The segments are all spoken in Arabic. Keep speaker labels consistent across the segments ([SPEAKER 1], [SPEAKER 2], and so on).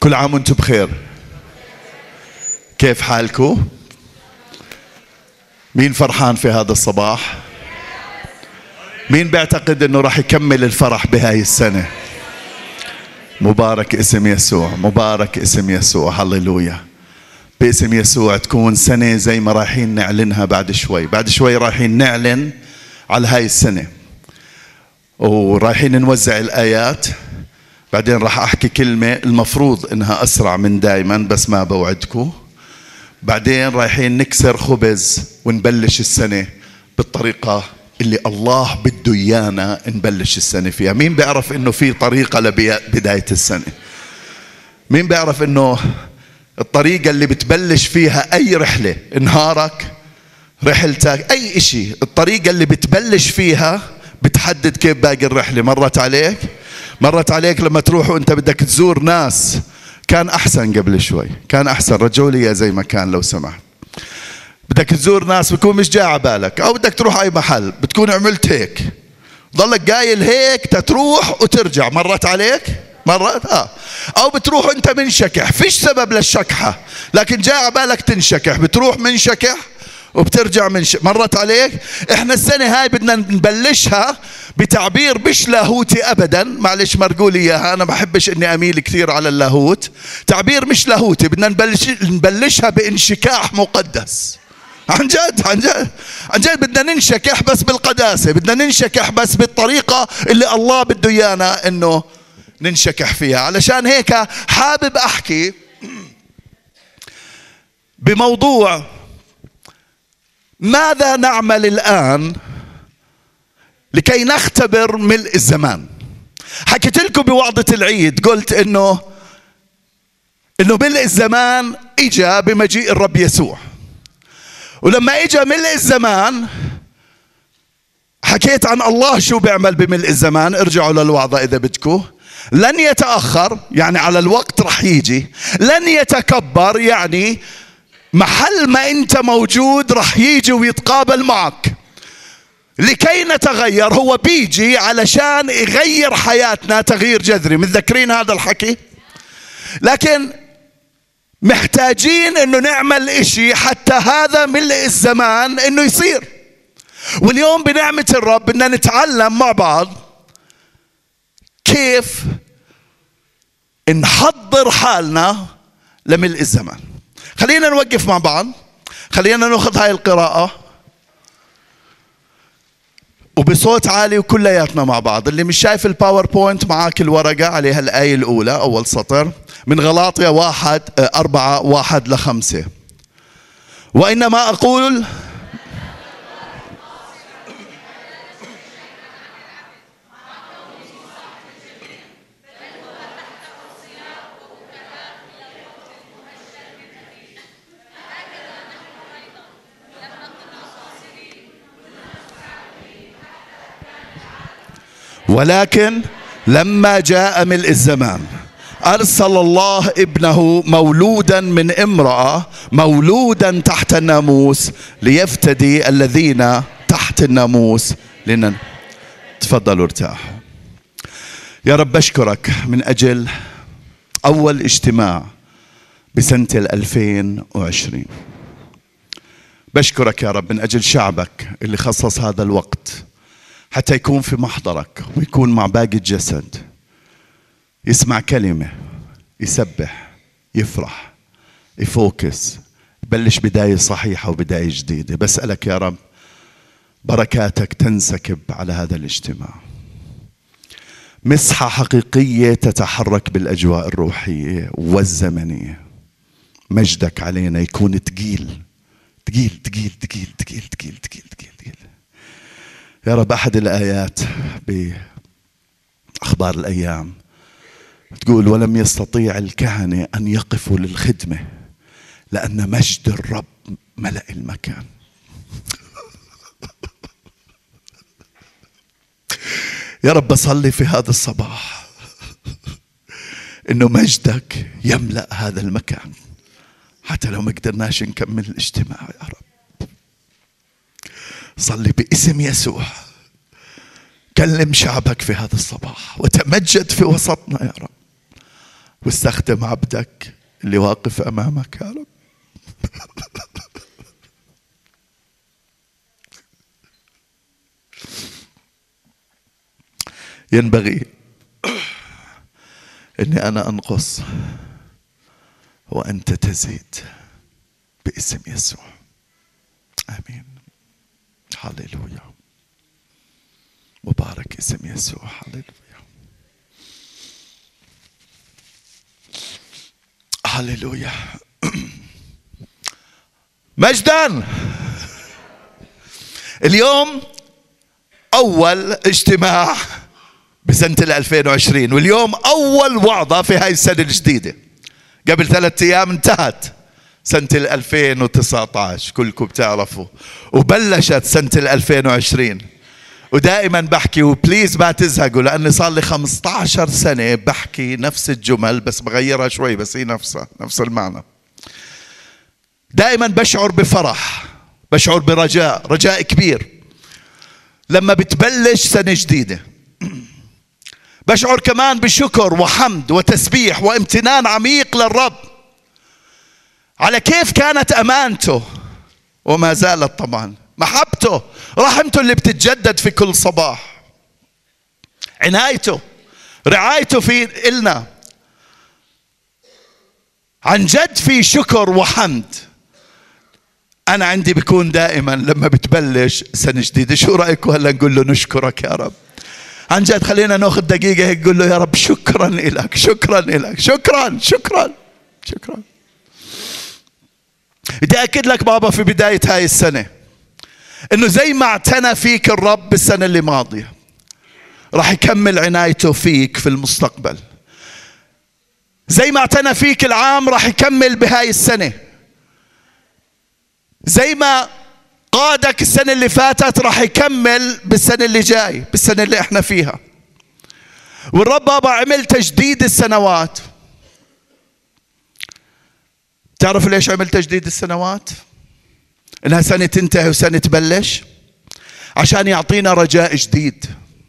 [SPEAKER 1] كل عام وانتم بخير. كيف حالكم؟ مين فرحان في هذا الصباح؟ مين بيعتقد انه راح يكمل الفرح بهاي السنة؟ مبارك اسم يسوع، مبارك اسم يسوع، هللويا. باسم يسوع تكون سنة زي ما رايحين نعلنها بعد شوي. بعد شوي رايحين نعلن على هاي السنة ورايحين نوزع الآيات. بعدين راح أحكي كلمة المفروض إنها أسرع من دايما بس ما بوعدكم. بعدين رايحين نكسر خبز ونبلش السنة بالطريقة اللي الله بده إيانا نبلش السنة فيها. مين بيعرف إنه في طريقة لبداية السنة؟ مين بيعرف إنه الطريقة اللي بتبلش فيها أي رحلة، نهارك، رحلتك، أي إشي، الطريقة اللي بتبلش فيها بتحدد كيف باقي الرحلة. مرت عليك لما تروح وانت بدك تزور ناس كان أحسن قبل شوي، كان أحسن، رجعوا لي زي ما كان لو سمحت. بدك تزور ناس بتكون مش جاي بالك، أو بدك تروح أي محل بتكون عملت هيك، ضلك قايل هيك تتروح وترجع. مرت عليك؟ أو بتروح وانت منشكح، فيش سبب للشكحة لكن جاي بالك تنشكح، بتروح منشكح وبترجع مرت عليك؟ احنا السنة هاي بدنا نبلشها بتعبير مش لاهوتي ابدا، معلش مرقوا لي اياها، انا ما بحبش اني اميل كثير على اللاهوت. تعبير مش لاهوتي، بدنا نبلشها بانشكاح مقدس. عن جد بدنا ننشكح بس بالقداسة، بدنا ننشكح بس بالطريقة اللي الله بده ايانا انه ننشكح فيها. علشان هيك حابب احكي بموضوع ماذا نعمل الآن لكي نختبر ملء الزمان. حكيت لكم بوعظة العيد، قلت إنه ملء الزمان إجا بمجيء الرب يسوع. ولما إجا ملء الزمان حكيت عن الله شو بيعمل بملء الزمان. ارجعوا للوعظة إذا بدكم. لن يتأخر، يعني على الوقت رح يجي. لن يتكبر، يعني محل ما انت موجود رح يجي ويتقابل معك لكي نتغير. هو بيجي علشان يغير حياتنا تغيير جذري. متذكرين هذا الحكي؟ لكن محتاجين انه نعمل اشي حتى هذا ملء الزمان انه يصير. واليوم بنعمة الرب بدنا نتعلم مع بعض كيف نحضر حالنا لملء الزمان. خلينا نوقف مع بعض، خلينا ناخذ هاي القراءة وبصوت عالي وكلياتنا مع بعض. اللي مش شايف الباوربوينت معاك الورقة عليها الآية الأولى أول سطر من غلاطية 1:4-5. وإنما أقول ولكن لما جاء ملء الزمان أرسل الله ابنه مولودا من امرأة، مولودا تحت الناموس، ليفتدي الذين تحت الناموس لنا. تفضلوا ارتاحوا. يا رب أشكرك من أجل أول اجتماع بسنة 2020. بشكرك يا رب من أجل شعبك اللي خصص هذا الوقت حتى يكون في محضرك ويكون مع باقي الجسد، يسمع كلمة، يسبح، يفرح، يفوكس، يبلش بداية صحيحة وبداية جديدة. بسألك يا رب بركاتك تنسكب على هذا الاجتماع، مسحة حقيقية تتحرك بالأجواء الروحية والزمنية. مجدك علينا يكون تقيل تقيل تقيل تقيل تقيل تقيل تقيل تقيل تقيل. يا رب أحد الآيات بأخبار الأيام تقول ولم يستطيع الكهنة أن يقفوا للخدمة لأن مجد الرب ملأ المكان. يا رب أصلي في هذا الصباح إنه مجدك يملأ هذا المكان حتى لو ما قدرناش نكمل الاجتماع. يا رب صلي باسم يسوع، كلم شعبك في هذا الصباح وتمجد في وسطنا يا رب. واستخدم عبدك اللي واقف أمامك يا رب. ينبغي أني أنا أنقص وأنت تزيد باسم يسوع. آمين. هاليلويا. مبارك اسم يسوع. هاليلويا. هاليلويا. مجداً. اليوم أول اجتماع بسنة 2020، واليوم أول وعظة في هاي السنة الجديدة. قبل 3 أيام انتهت سنة 2019 كلكم بتعرفوا، وبلشت سنة 2020. ودائما بحكي، وبليز ما تزهقوا، لأني صار لي 15 سنة بحكي نفس الجمل بس بغيرها شوي، بس هي نفسها، نفس المعنى. دائما بشعر بفرح، بشعر برجاء، رجاء كبير لما بتبلش سنة جديدة. بشعر كمان بشكر وحمد وتسبيح وامتنان عميق للرب على كيف كانت أمانته وما زالت طبعا، محبته، رحمته اللي بتتجدد في كل صباح، عنايته، رعايته في إلنا. عن جد في شكر وحمد. أنا عندي بيكون دائما لما بتبلش سنة جديدة. شو رأيكم هلا نقول له نشكرك يا رب؟ عن جد خلينا ناخذ دقيقة هيك نقول له يا رب شكرا إلك، شكرا إلك، شكرا شكرا شكرا. بدي أكد لك بابا في بداية هاي السنة إنه زي ما اعتنى فيك الرب بالسنة اللي ماضية راح يكمل عنايته فيك في المستقبل. زي ما اعتنى فيك العام راح يكمل بهاي السنة. زي ما قادك السنة اللي فاتت راح يكمل بالسنة اللي جاي، بالسنة اللي احنا فيها. والرب بابا عمل تجديد السنوات. تعرف ليش عمل تجديد السنوات؟ انها سنة تنتهي وسنة تبلش، عشان يعطينا رجاء جديد،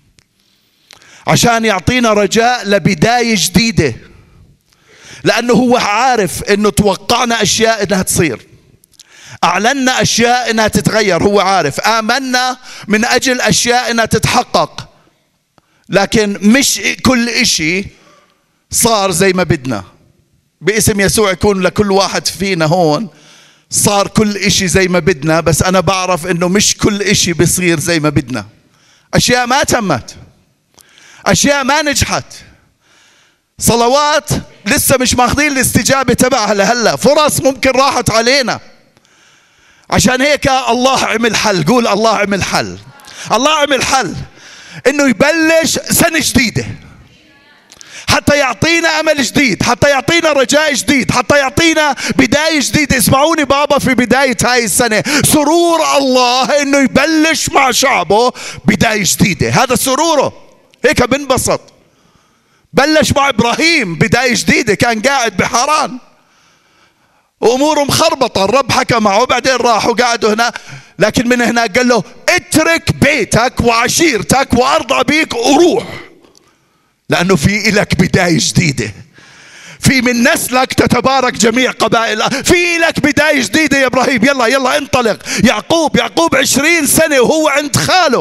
[SPEAKER 1] عشان يعطينا رجاء لبداية جديدة. لأنه هو عارف انه توقعنا اشياء انها تصير، أعلنا أشياء إنها تتغير، هو عارف. آمنا من أجل أشياء إنها تتحقق، لكن مش كل إشي صار زي ما بدنا. باسم يسوع يكون لكل واحد فينا هون صار كل إشي زي ما بدنا، بس أنا بعرف إنه مش كل إشي بيصير زي ما بدنا. أشياء ما تمت، أشياء ما نجحت، صلوات لسه مش ماخذين الاستجابة تبعها لهلا، فرص ممكن راحت علينا. عشان هيك الله عمل حل. قول الله عمل حل. الله عمل حل انه يبلش سنة جديدة، حتى يعطينا امل جديد، حتى يعطينا رجاء جديد، حتى يعطينا بداية جديدة. اسمعوني بابا، في بداية هاي السنة سرور الله انه يبلش مع شعبه بداية جديدة. هذا سروره، هيك بنبسط. بلش مع ابراهيم بداية جديدة، كان قاعد بحران وأموره مخربطة، الرب حكى معه، بعدين راحوا قعدوا هنا. لكن من هناك قال له اترك بيتك وعشيرتك وأرض أبيك وروح، لأنه في إلك بداية جديدة. في من نسلك تتبارك جميع قبائل. في لك بداية جديدة يا إبراهيم، يلا يلا انطلق. يعقوب 20 سنة وهو عند خاله،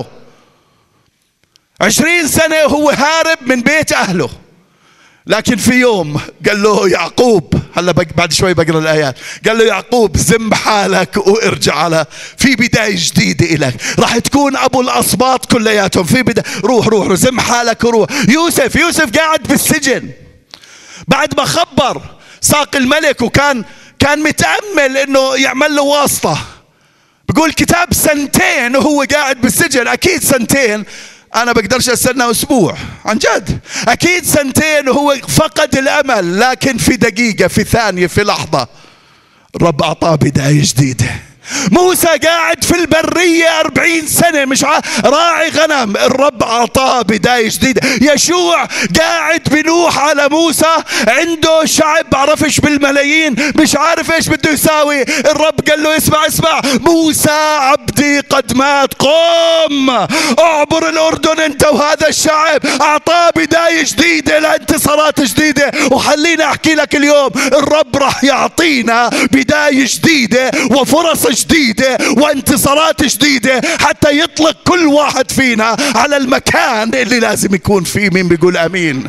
[SPEAKER 1] 20 سنة وهو هارب من بيت أهله. لكن في يوم قال له يعقوب، هلا بعد شوي بقرا الايات، قال له يعقوب زم حالك وارجع على في بدايه جديده إلك، راح تكون ابو الاسباط كلياتهم. في بدايه، روح زم حالك وروح. يوسف قاعد بالسجن بعد ما خبر ساق الملك، وكان متامل انه يعمل له واسطه. بقول كتاب 2 وهو قاعد بالسجن. اكيد 2، أنا بقدرش أستنى أسبوع، عن جد أكيد 2 وهو فقد الأمل. لكن في دقيقة، في ثانية، في لحظة الرب أعطاه بداية جديدة. موسى قاعد في البرية 40 سنة مش راعي غنم، الرب أعطاه بداية جديدة. يشوع قاعد بنوح على موسى، عنده شعب بعرفش بالملايين، مش عارف ايش بده يساوي. الرب قال له اسمع موسى عبدي قد مات، قم اعبر الأردن انت وهذا الشعب. أعطاه بداية جديدة لانتصارات جديدة. وخليني أحكي لك اليوم الرب راح يعطينا بداية جديدة وفرص جديدة وانتصارات جديدة حتى يطلق كل واحد فينا على المكان اللي لازم يكون فيه. مين بيقول أمين؟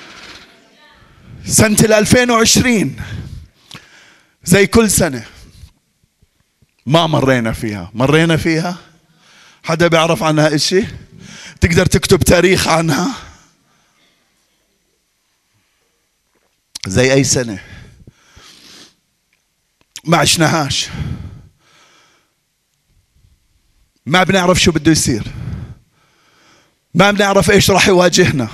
[SPEAKER 1] سنة 2020 زي كل سنة ما مرينا فيها. حدا بيعرف عنها اشي؟ تقدر تكتب تاريخ عنها؟ زي اي سنة ما عشناهاش، ما بنعرف شو بده يصير، ما بنعرف ايش راح يواجهنا.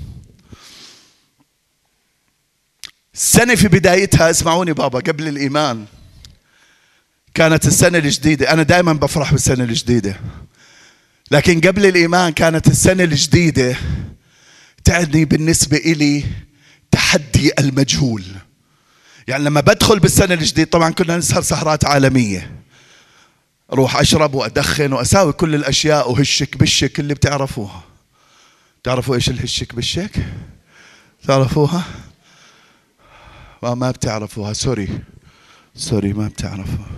[SPEAKER 1] السنة في بدايتها، اسمعوني بابا، قبل الإيمان كانت السنة الجديدة. أنا دائما بفرح بالسنة الجديدة، لكن قبل الإيمان كانت السنة الجديدة تعني بالنسبة إلي تحدي المجهول. يعني لما بدخل بالسنة الجديدة طبعا كنا نسهر سهرات عالمية، أروح أشرب وأدخن وأساوي كل الأشياء وهشك بالشك اللي بتعرفوها. تعرفوا إيش الهشك بالشك؟ تعرفوها؟ ما بتعرفوها، سوري ما بتعرفوها.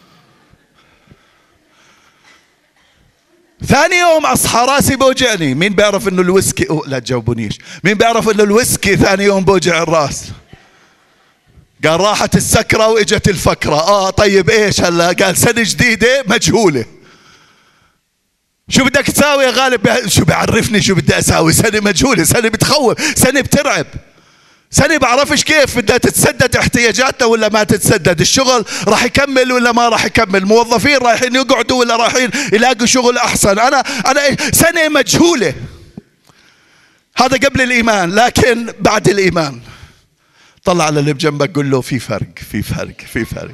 [SPEAKER 1] ثاني يوم أصحى راسي بوجعني. مين بيعرف إنه الويسكي لا تجاوبونيش، مين بيعرف إنه الويسكي ثاني يوم بوجع الراس؟ قال راحت السكرة وإجت الفكرة. طيب إيش هلا؟ قال سنة جديدة مجهولة. شو بدك تساوي يا غالب؟ شو بعرفني شو بدي أساوي؟ سنة مجهولة، سنة بتخوف، سنة بترعب، سنة بعرفش كيف بدها تتسدد احتياجاتنا ولا ما تتسدد، الشغل راح يكمل ولا ما راح يكمل، موظفين رايحين يقعدوا ولا رايحين يلاقوا شغل أحسن. أنا سنة مجهولة. هذا قبل الإيمان. لكن بعد الإيمان طلع على اللي بجنبك قل له في فرق.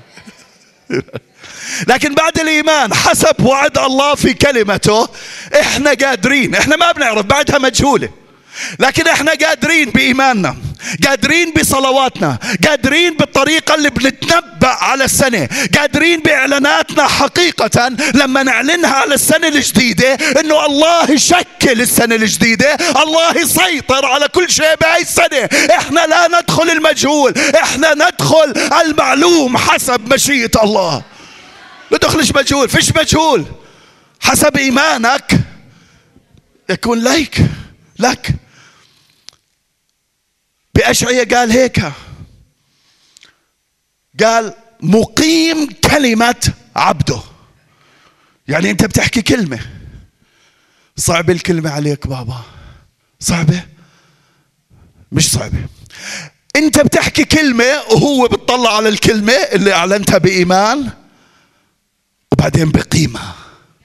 [SPEAKER 1] لكن بعد الإيمان حسب وعد الله في كلمته احنا قادرين. احنا ما بنعرف، بعدها مجهولة، لكن احنا قادرين بإيماننا، قادرين بصلواتنا، قادرين بالطريقة اللي بنتنبأ على السنة، قادرين بإعلاناتنا حقيقة لما نعلنها على السنة الجديدة انه الله يشكل السنة الجديدة، الله يسيطر على كل شيء بهاي السنة. احنا لا ندخل المجهول، احنا ندخل المعلوم حسب مشيئة الله. لا تدخلش مجهول، فيش مجهول. حسب إيمانك يكون لك. بأشعية قال هيك، قال مقيم كلمة عبده. يعني انت بتحكي كلمة صعبة. الكلمة عليك بابا صعبة؟ مش صعبة. انت بتحكي كلمة وهو بتطلع على الكلمة اللي اعلنتها بإيمان وبعدين بقيمة.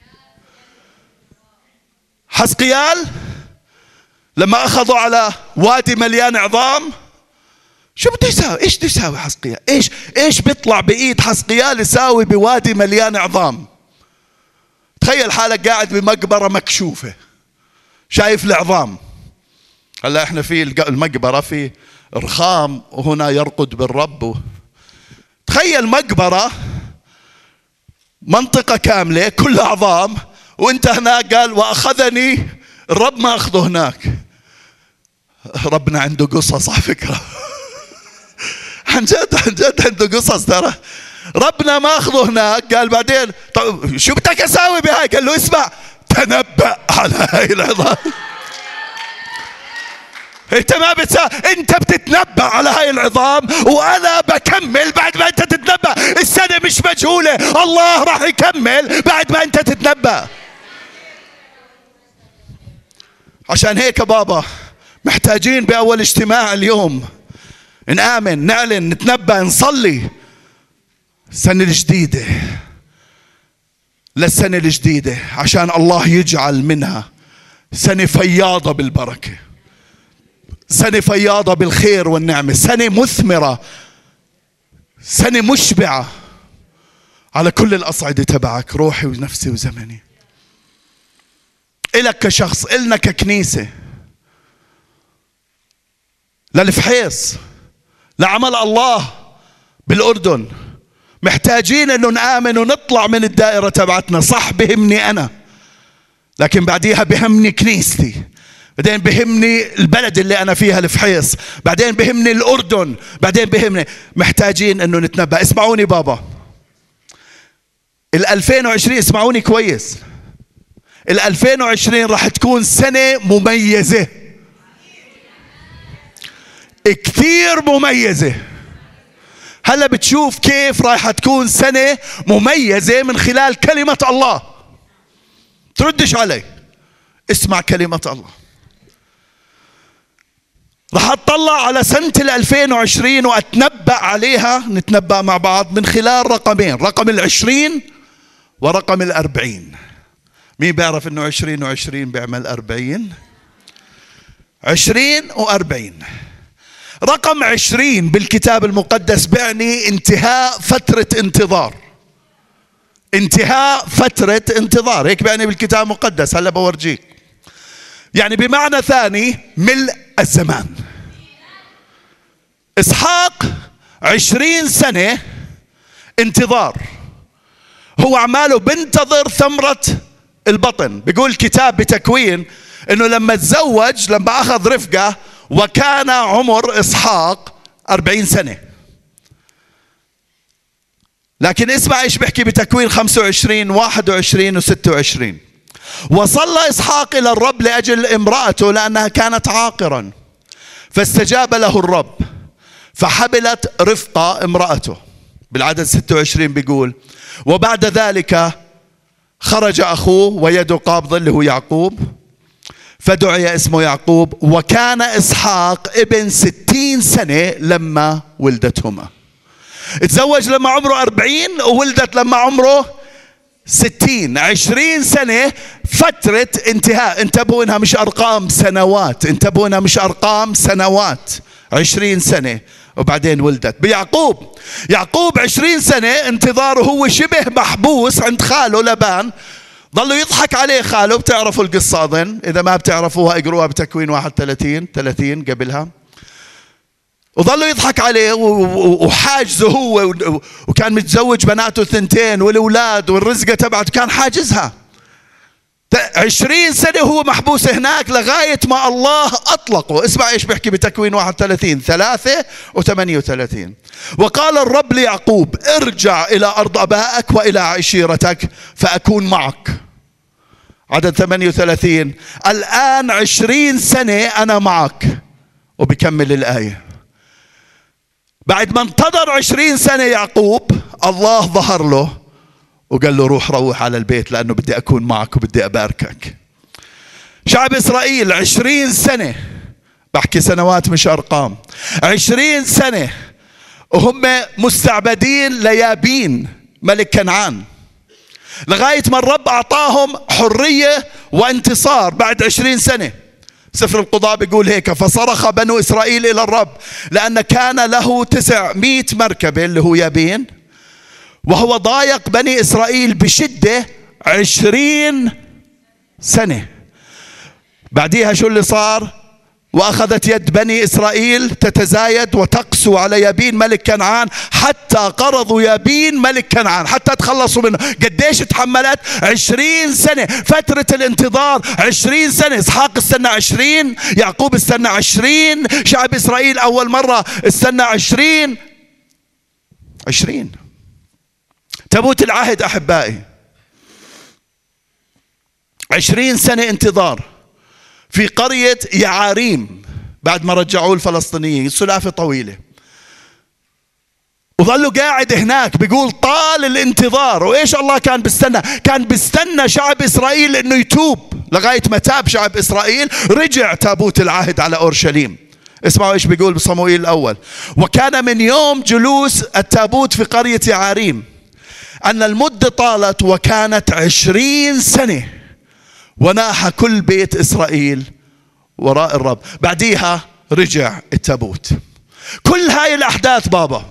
[SPEAKER 1] حزقيال لما أخذوا على وادي مليان عظام، شو بده يساوي؟ إيش بده يساوي حزقيال؟ إيش بيطلع بإيد حزقيال يساوي بوادي مليان عظام؟ تخيل حالك قاعد بمقبرة مكشوفة شايف العظام. هلا إحنا في المقبرة في رخام وهنا يرقد بالرب. تخيل مقبرة منطقة كاملة كلها عظام وانت هناك. قال وأخذني الرب، ما أخذه هناك. ربنا عنده قصص على فكرة. عن جد عنده قصص ترى. ربنا ما أخذه هناك. قال بعدين طيب شو بدك أساوي بهاي؟ قال له اسمع، تنبأ على هاي العظام. انت ما انت بتتنبأ على هاي العظام وانا بكمل بعد ما انت تتنبأ. السنة مش مجهولة، الله راح يكمل بعد ما انت تتنبأ. عشان هيك بابا محتاجين بأول اجتماع اليوم نآمن، نعلن، نتنبأ، نصلي السنة الجديدة، للسنة الجديدة، عشان الله يجعل منها سنة فياضة بالبركة، سنة فياضة بالخير والنعمة، سنة مثمرة، سنة مشبعة على كل الأصعدة تبعك، روحي ونفسي وزمني. إلك كشخص، إلنا ككنيسة، للفحيص، لعمل الله بالأردن، محتاجين إنه نآمن ونطلع من الدائرة تبعتنا. صح بهمني أنا، لكن بعديها بهمني كنيستي، بعدين بهمني البلد اللي أنا فيها الفحيص، بعدين بهمني الأردن، بعدين بهمني. محتاجين أنه نتنبأ. اسمعوني بابا، 2020 اسمعوني كويس، 2020 راح تكون سنة مميزة كثير مميزة. هلا بتشوف كيف راح تكون سنة مميزة من خلال كلمة الله. تردش علي، اسمع كلمة الله. راح اطلع على سنة 2020 واتنبأ عليها، نتنبأ مع بعض من خلال رقمين، رقم 20 ورقم 40. مين بيعرف انه 20 و20 بيعمل 40؟ 20 و40. رقم 20 بالكتاب المقدس بيعني انتهاء فترة انتظار. انتهاء فترة انتظار، هيك بيعني بالكتاب المقدس. هلا بورجيك. يعني بمعنى ثاني ملء الزمان. إسحاق 20 سنة انتظار، هو عماله بنتظر ثمرة البطن. بيقول الكتاب بتكوين انه لما تزوج، لما اخذ رفقة، وكان عمر إسحاق 40 سنة. لكن اسمع ايش بيحكي بتكوين 25 21 و26. وصلى إسحاق إلى الرب لأجل امرأته لأنها كانت عاقرا، فاستجاب له الرب فحبلت رفقة امرأته. بالعدد 26 بيقول: وبعد ذلك خرج أخوه ويده قابضة، اللي هو يعقوب، فدعي اسمه يعقوب. وكان إسحاق ابن 60 سنة لما ولدتهما. تزوج لما عمره 40 وولدت لما عمره 60. 20 سنة فترة انتهاء. انتبهوا انها مش ارقام سنوات، انتبهوا انها مش ارقام سنوات. 20 سنة وبعدين ولدت. بيعقوب، يعقوب 20 سنة انتظاره، هو شبه محبوس عند خاله لبان. ظلوا يضحك عليه خاله. بتعرفوا القصة أظن، إذا ما بتعرفوها اقروها بتكوين 31 قبلها. وظلوا يضحك عليه وحاجزه هو، وكان متزوج بناته 2 والأولاد والرزقة تبعته كان حاجزها. 20 سنة هو محبوس هناك لغاية ما الله أطلقه. اسمع إيش بيحكي بتكوين 31 3 و38. وقال الرب ليعقوب: ارجع إلى أرض أبائك وإلى عشيرتك فأكون معك. عدد 38: الآن 20 سنة أنا معك. وبكمل الآية: بعد ما انتظر 20 سنة يعقوب، الله ظهر له وقال له: روح على البيت لأنه بدي أكون معك وبدي أباركك. شعب إسرائيل 20 سنة، بحكي سنوات مش أرقام، 20 سنة وهم مستعبدين ليابين ملك كنعان، لغاية ما الرب أعطاهم حرية وانتصار بعد 20 سنة. سفر القضاء بيقول هيك: فصرخ بنو إسرائيل إلى الرب لأن كان له 900 مركبة، اللي هو يابين، وهو ضايق بني إسرائيل بشدة 20 سنة. بعديها شو اللي صار؟ وأخذت يد بني إسرائيل تتزايد وتقسو على يابين ملك كنعان حتى قرضوا يابين ملك كنعان، حتى تخلصوا منه. قديش تحملت؟ 20 سنة. فترة الانتظار 20 سنة. إسحاق استنى 20، يعقوب استنى 20، شعب إسرائيل أول مرة استنى 20. تابوت العهد أحبائي 20 سنة انتظار في قرية يعاريم بعد ما رجعوه الفلسطينيين. سلافة طويلة وظلوا قاعد هناك. بيقول طال الانتظار. وإيش الله كان بيستنى؟ كان بيستنى شعب إسرائيل إنه يتوب. لغاية ما تاب شعب إسرائيل رجع تابوت العهد على أورشليم. اسمعوا إيش بيقول بصموئيل الأول: وكان من يوم جلوس التابوت في قرية يعاريم أن المدة طالت وكانت 20 سنة، وناح كل بيت إسرائيل وراء الرب. بعديها رجع التابوت. كل هاي الأحداث بابا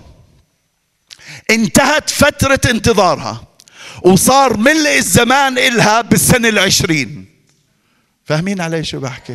[SPEAKER 1] انتهت فترة انتظارها وصار ملء الزمان إلها بالسنة 20. فاهمين علي شو بحكي؟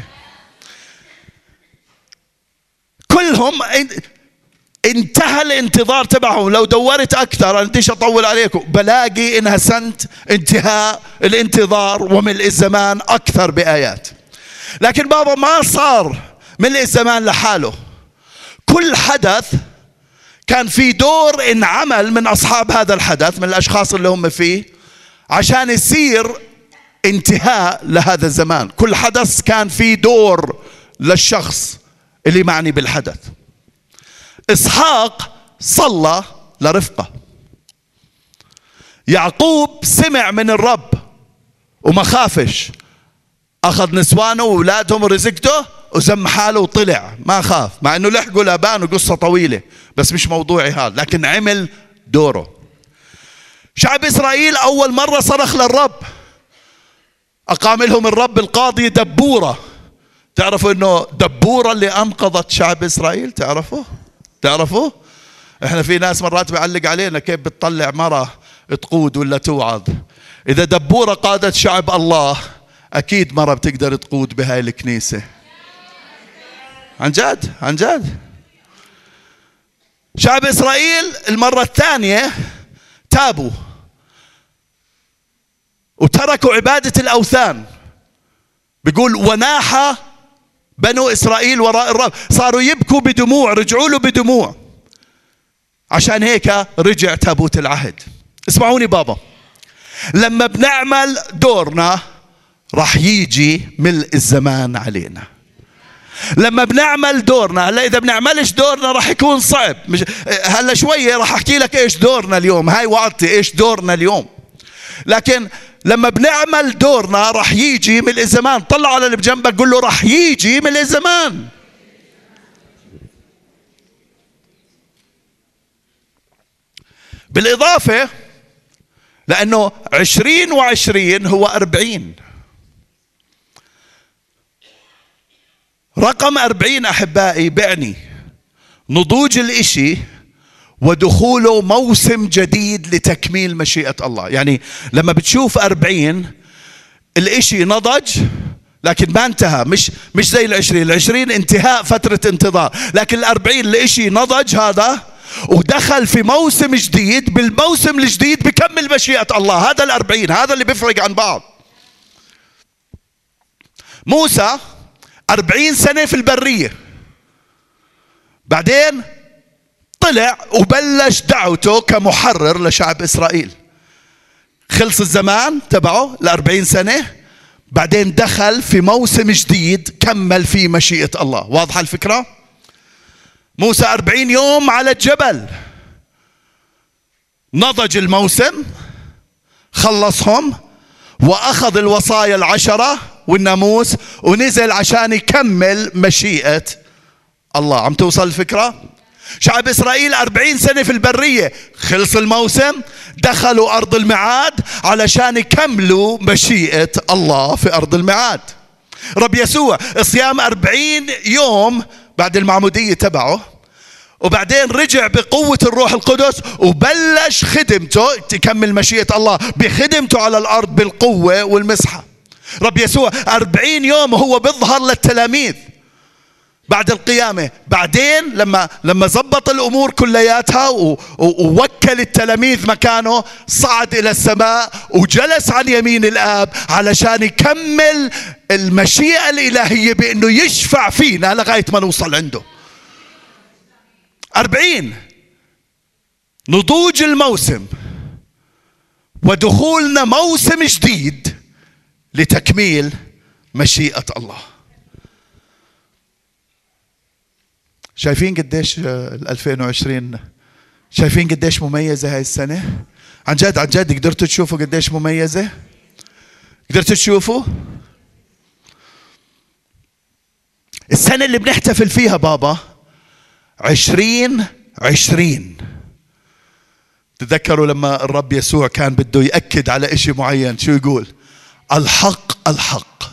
[SPEAKER 1] كلهم انتهى الانتظار تبعهم. لو دورت أكثر، أنا بديش أطول عليكم، بلاقي إنها سنة انتهاء الانتظار وملء الزمان أكثر بآيات. لكن بابا ما صار ملء الزمان لحاله، كل حدث كان في دور انعمل من أصحاب هذا الحدث، من الأشخاص اللي هم فيه، عشان يصير انتهاء لهذا الزمان. كل حدث كان في دور للشخص اللي معني بالحدث. إسحاق صلى لرفقة، يعقوب سمع من الرب وما خافش، أخذ نسوانه وأولادهم ورزقته وزم حاله وطلع ما خاف، مع أنه لحقوا لابان وقصة طويلة، بس مش موضوعي هذا، لكن عمل دوره. شعب إسرائيل أول مرة صرخ للرب، أقام لهم الرب القاضي دبورة. تعرفوا أنه دبورة اللي أنقذت شعب إسرائيل؟ تعرفوا؟ إحنا في ناس مرات بيعلق علينا كيف بتطلع مرة تقود ولا توعظ. إذا دبورة قادت شعب الله، أكيد مرة بتقدر تقود بهاي الكنيسة. عن جد. شعب إسرائيل المرة الثانية تابوا وتركوا عبادة الأوثان. بيقول وناح بنو إسرائيل وراء الرب، صاروا يبكوا بدموع، رجعوا له بدموع. عشان هيك رجع تابوت العهد. اسمعوني بابا، لما بنعمل دورنا راح يجي ملء الزمان علينا. لما بنعمل دورنا، هلا إذا بنعملش دورنا راح يكون صعب. مش هلا شوية راح أحكي لك إيش دورنا اليوم، هاي وعدتي إيش دورنا اليوم. لكن لما بنعمل دورنا راح يجي ملء الزمان. طلع على اللي بجنبك قول له راح يجي ملء الزمان. بالإضافة لأنه 20 و20 هو 40. رقم 40 أحبائي بعني نضوج الإشي ودخوله موسم جديد لتكميل مشيئة الله. يعني لما بتشوف 40 الإشي نضج لكن ما انتهى، مش زي 20 انتهاء فترة انتظار، لكن 40 الإشي نضج هذا ودخل في موسم جديد. بالموسم الجديد بكمل مشيئة الله. هذا 40 هذا اللي بيفرق عن بعض. موسى 40 سنة في البرية، بعدين طلع وبلش دعوته كمحرر لشعب إسرائيل. خلص الزمان تبعه 40 سنة، بعدين دخل في موسم جديد كمل فيه مشيئة الله. واضحة الفكرة؟ موسى 40 يوم على الجبل، نضج الموسم، خلصهم وأخذ الوصايا 10 والناموس ونزل عشان يكمل مشيئة الله. عم توصل الفكرة؟ شعب إسرائيل 40 سنة في البرية، خلص الموسم، دخلوا أرض الميعاد علشان يكملوا مشيئة الله في أرض الميعاد. رب يسوع صيام 40 يوم بعد المعمودية تبعه، وبعدين رجع بقوة الروح القدس وبلش خدمته تكمل مشيئة الله بخدمته على الأرض بالقوة والمسحة. رب يسوع 40 يوم هو بيظهر للتلاميذ بعد القيامة. بعدين لما زبط الأمور كلياتها ووكل التلاميذ مكانه، صعد إلى السماء وجلس عن يمين الآب علشان يكمل المشيئة الإلهية بأنه يشفع فينا لغاية ما نوصل عنده. 40 نضوج الموسم ودخولنا موسم جديد لتكميل مشيئة الله. شايفين قديش 2020 شايفين قديش مميزة هاي السنة؟ عن جد قدرتوا تشوفوا قديش مميزة؟ قدرتوا تشوفوا؟ السنة اللي بنحتفل فيها بابا 2020. تذكروا لما الرب يسوع كان بده يأكد على إشي معين، شو يقول؟ الحق الحق،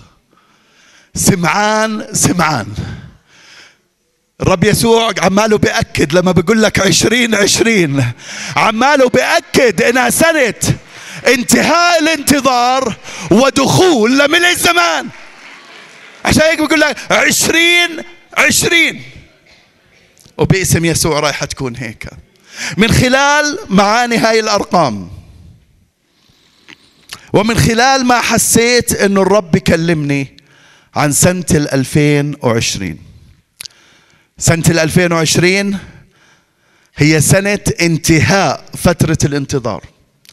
[SPEAKER 1] سمعان. الرب يسوع عماله بيأكد لما بيقول لك 2020، عماله بيأكد إنها سنة انتهاء الانتظار ودخول لملء الزمان. عشان هيك بيقول لك 2020، وباسم يسوع رايحة تكون هيك. من خلال معاني هاي الأرقام ومن خلال ما حسيت إنه الرب يكلمني، عن سنة 2020. سنة 2020 هي سنة انتهاء فترة الانتظار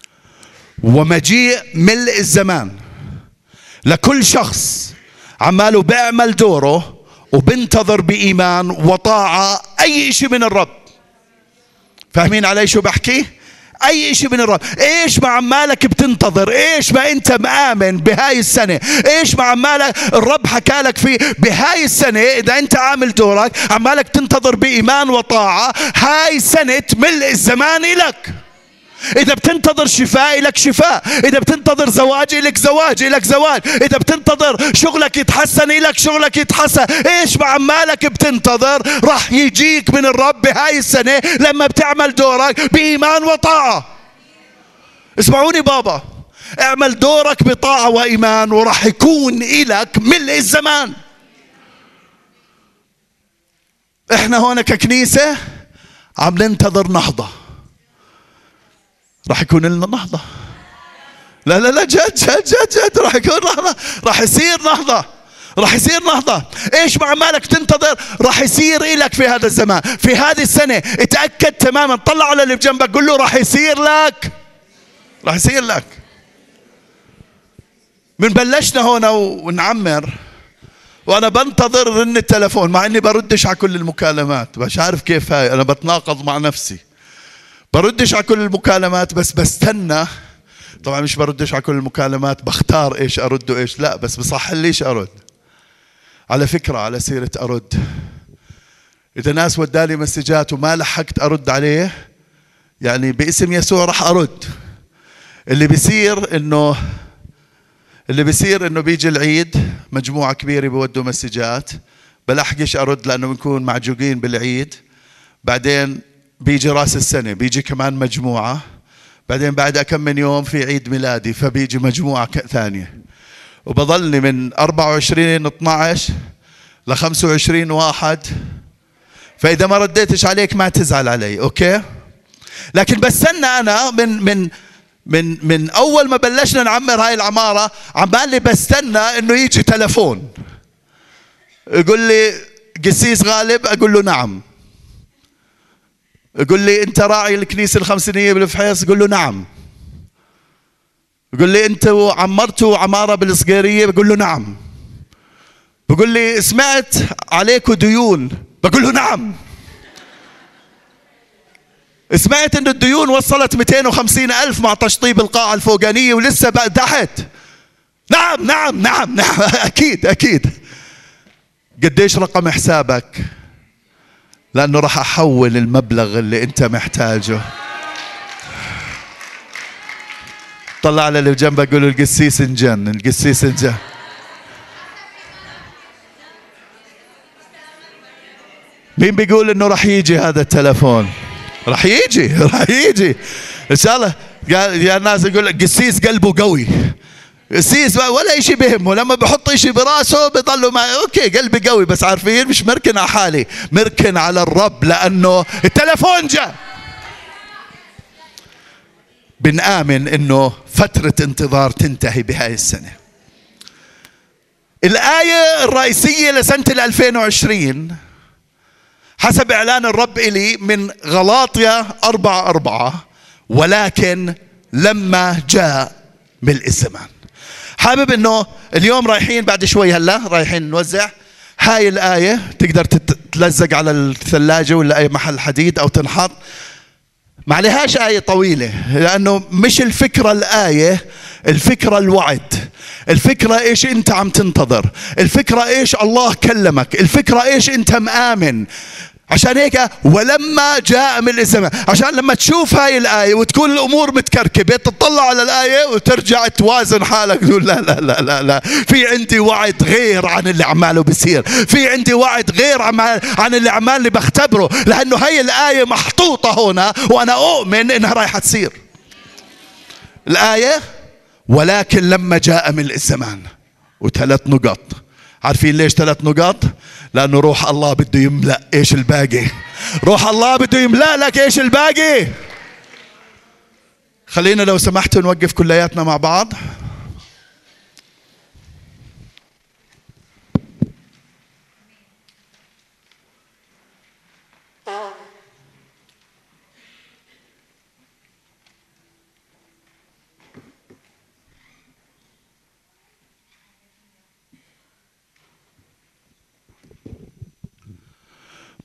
[SPEAKER 1] ومجيء ملء الزمان لكل شخص عماله بيعمل دوره وبنتظر بإيمان وطاعة أي شيء من الرب. فاهمين علي شو بحكي؟ أي شيء من الرب. إيش ما عمالك بتنتظر، إيش ما أنت مآمن بهاي السنة، إيش ما عمالك الرب حكالك فيه بهاي السنة، إذا أنت عامل دورك عمالك تنتظر بإيمان وطاعة، هاي سنة ملء الزمان إلك. إذا بتنتظر شفاء إلك شفاء، إذا بتنتظر زواج إلك زواج، إلك زواج، إذا بتنتظر شغلك يتحسن إلك شغلك يتحسن. إيش ما عمالك بتنتظر راح يجيك من الرب بهاي السنة لما بتعمل دورك بإيمان وطاعة. اسمعوني بابا، اعمل دورك بطاعة وإيمان وراح يكون إلك ملء الزمان. احنا هون ككنيسة عم ننتظر نهضة، راح يكون لنا نهضة. لا لا لا، جد جد جد جد راح يكون نهضة، راح يصير نهضة، راح يصير نهضة. ايش ما عمالك تنتظر راح يصير إلك في هذا الزمان، في هذه السنة. اتأكد تماما، طلع على اللي بجنبك قل له راح يصير لك، راح يصير لك. من بلشنا هنا ونعمر وانا بنتظر رن التلفون، مع اني بردش على كل المكالمات، مش عارف كيف هاي، انا بتناقض مع نفسي، بردش على كل المكالمات بس بستنى. طبعا مش بردش على كل المكالمات، بختار ايش ارد وايش لا، بس بصح ليش ارد. على فكرة، على سيرة ارد، اذا ناس ودالي مسجات وما لحقت ارد عليه، يعني باسم يسوع راح ارد. اللي بيصير انه بيجي العيد مجموعة كبيرة بيودوا مسجات، بلحقش ارد لانه بنكون معجوقين بالعيد. بعدين بيجي راس السنة بيجي كمان مجموعة، بعدين بعد كم من يوم في عيد ميلادي فبيجي مجموعة ثانية، وبضلني من 24/12 ل 25/1. فإذا ما رديتش عليك ما تزعل علي، أوكي؟ لكن بستنى أنا من أول ما بلشنا نعمر هاي العمارة، عمالي بستنى إنه يجي تلفون يقول لي قسيس غالب، أقول له نعم. يقول لي أنت راعي الكنيسة الخمسينية بالفحيص، يقول له نعم. يقول لي أنت عمرتوا عمارة بالصقيرية، بقول له نعم. بقول لي سمعت عليكم ديون، بقول له نعم. سمعت أن الديون وصلت 250,000 مع تشطيب القاعة الفوقانية ولسه بقى تحت. نعم نعم نعم نعم أكيد أكيد. قديش رقم حسابك؟ لأنه راح أحول المبلغ اللي أنت محتاجه. طلع على اللي جنبك قول له القسيس انجن، القسيس انجن. مين بيقول إنه راح يجي هذا التلفون؟ راح يجي، راح يجي إن شاء الله. قال يا ناس يقول لك قسيس قلبه قوي، قسيس ولا شيء بهمه، لما بحط شيء براسه بيضلوا ما اوكي قلبي قوي، بس عارفين مش مركن على حالي، مركن على الرب لانه التلفون جاء. بنآمن انه فترة انتظار تنتهي بهاي السنة. الآية الرئيسية لسنة 2020 حسب إعلان الرب إلي من غلاطيا 4:4، ولكن لما جاء ملء الزمان. حابب انه اليوم رايحين بعد شوي هلا رايحين نوزع هاي الآية، تقدر تتلزق على الثلاجة ولا أي محل حديد أو تنحط. ما عليهاش آية طويلة، لأنه مش الفكرة الآية، الفكرة الوعد، الفكرة إيش أنت عم تنتظر، الفكرة إيش الله كلمك، الفكرة إيش أنت مآمن. عشان هيك ولما جاء ملء الزمان، عشان لما تشوف هاي الآية وتكون الأمور متكركبة تطلع على الآية وترجع توازن حالك، تقول لا لا لا لا لا، في عندي وعد غير عن اللي عماله بيصير، في عندي وعد غير عن اللي عمالي بختبره، لأنه هاي الآية محطوطة هنا وأنا أؤمن إنها رايحة تصير. الآية ولكن لما جاء ملء الزمان، وثلاث نقط. عارفين ليش 3 نقاط؟ لأنه روح الله بده يملأ إيش الباقي. روح الله بده يملأ لك إيش الباقي. خلينا لو سمحتوا نوقف كلياتنا مع بعض.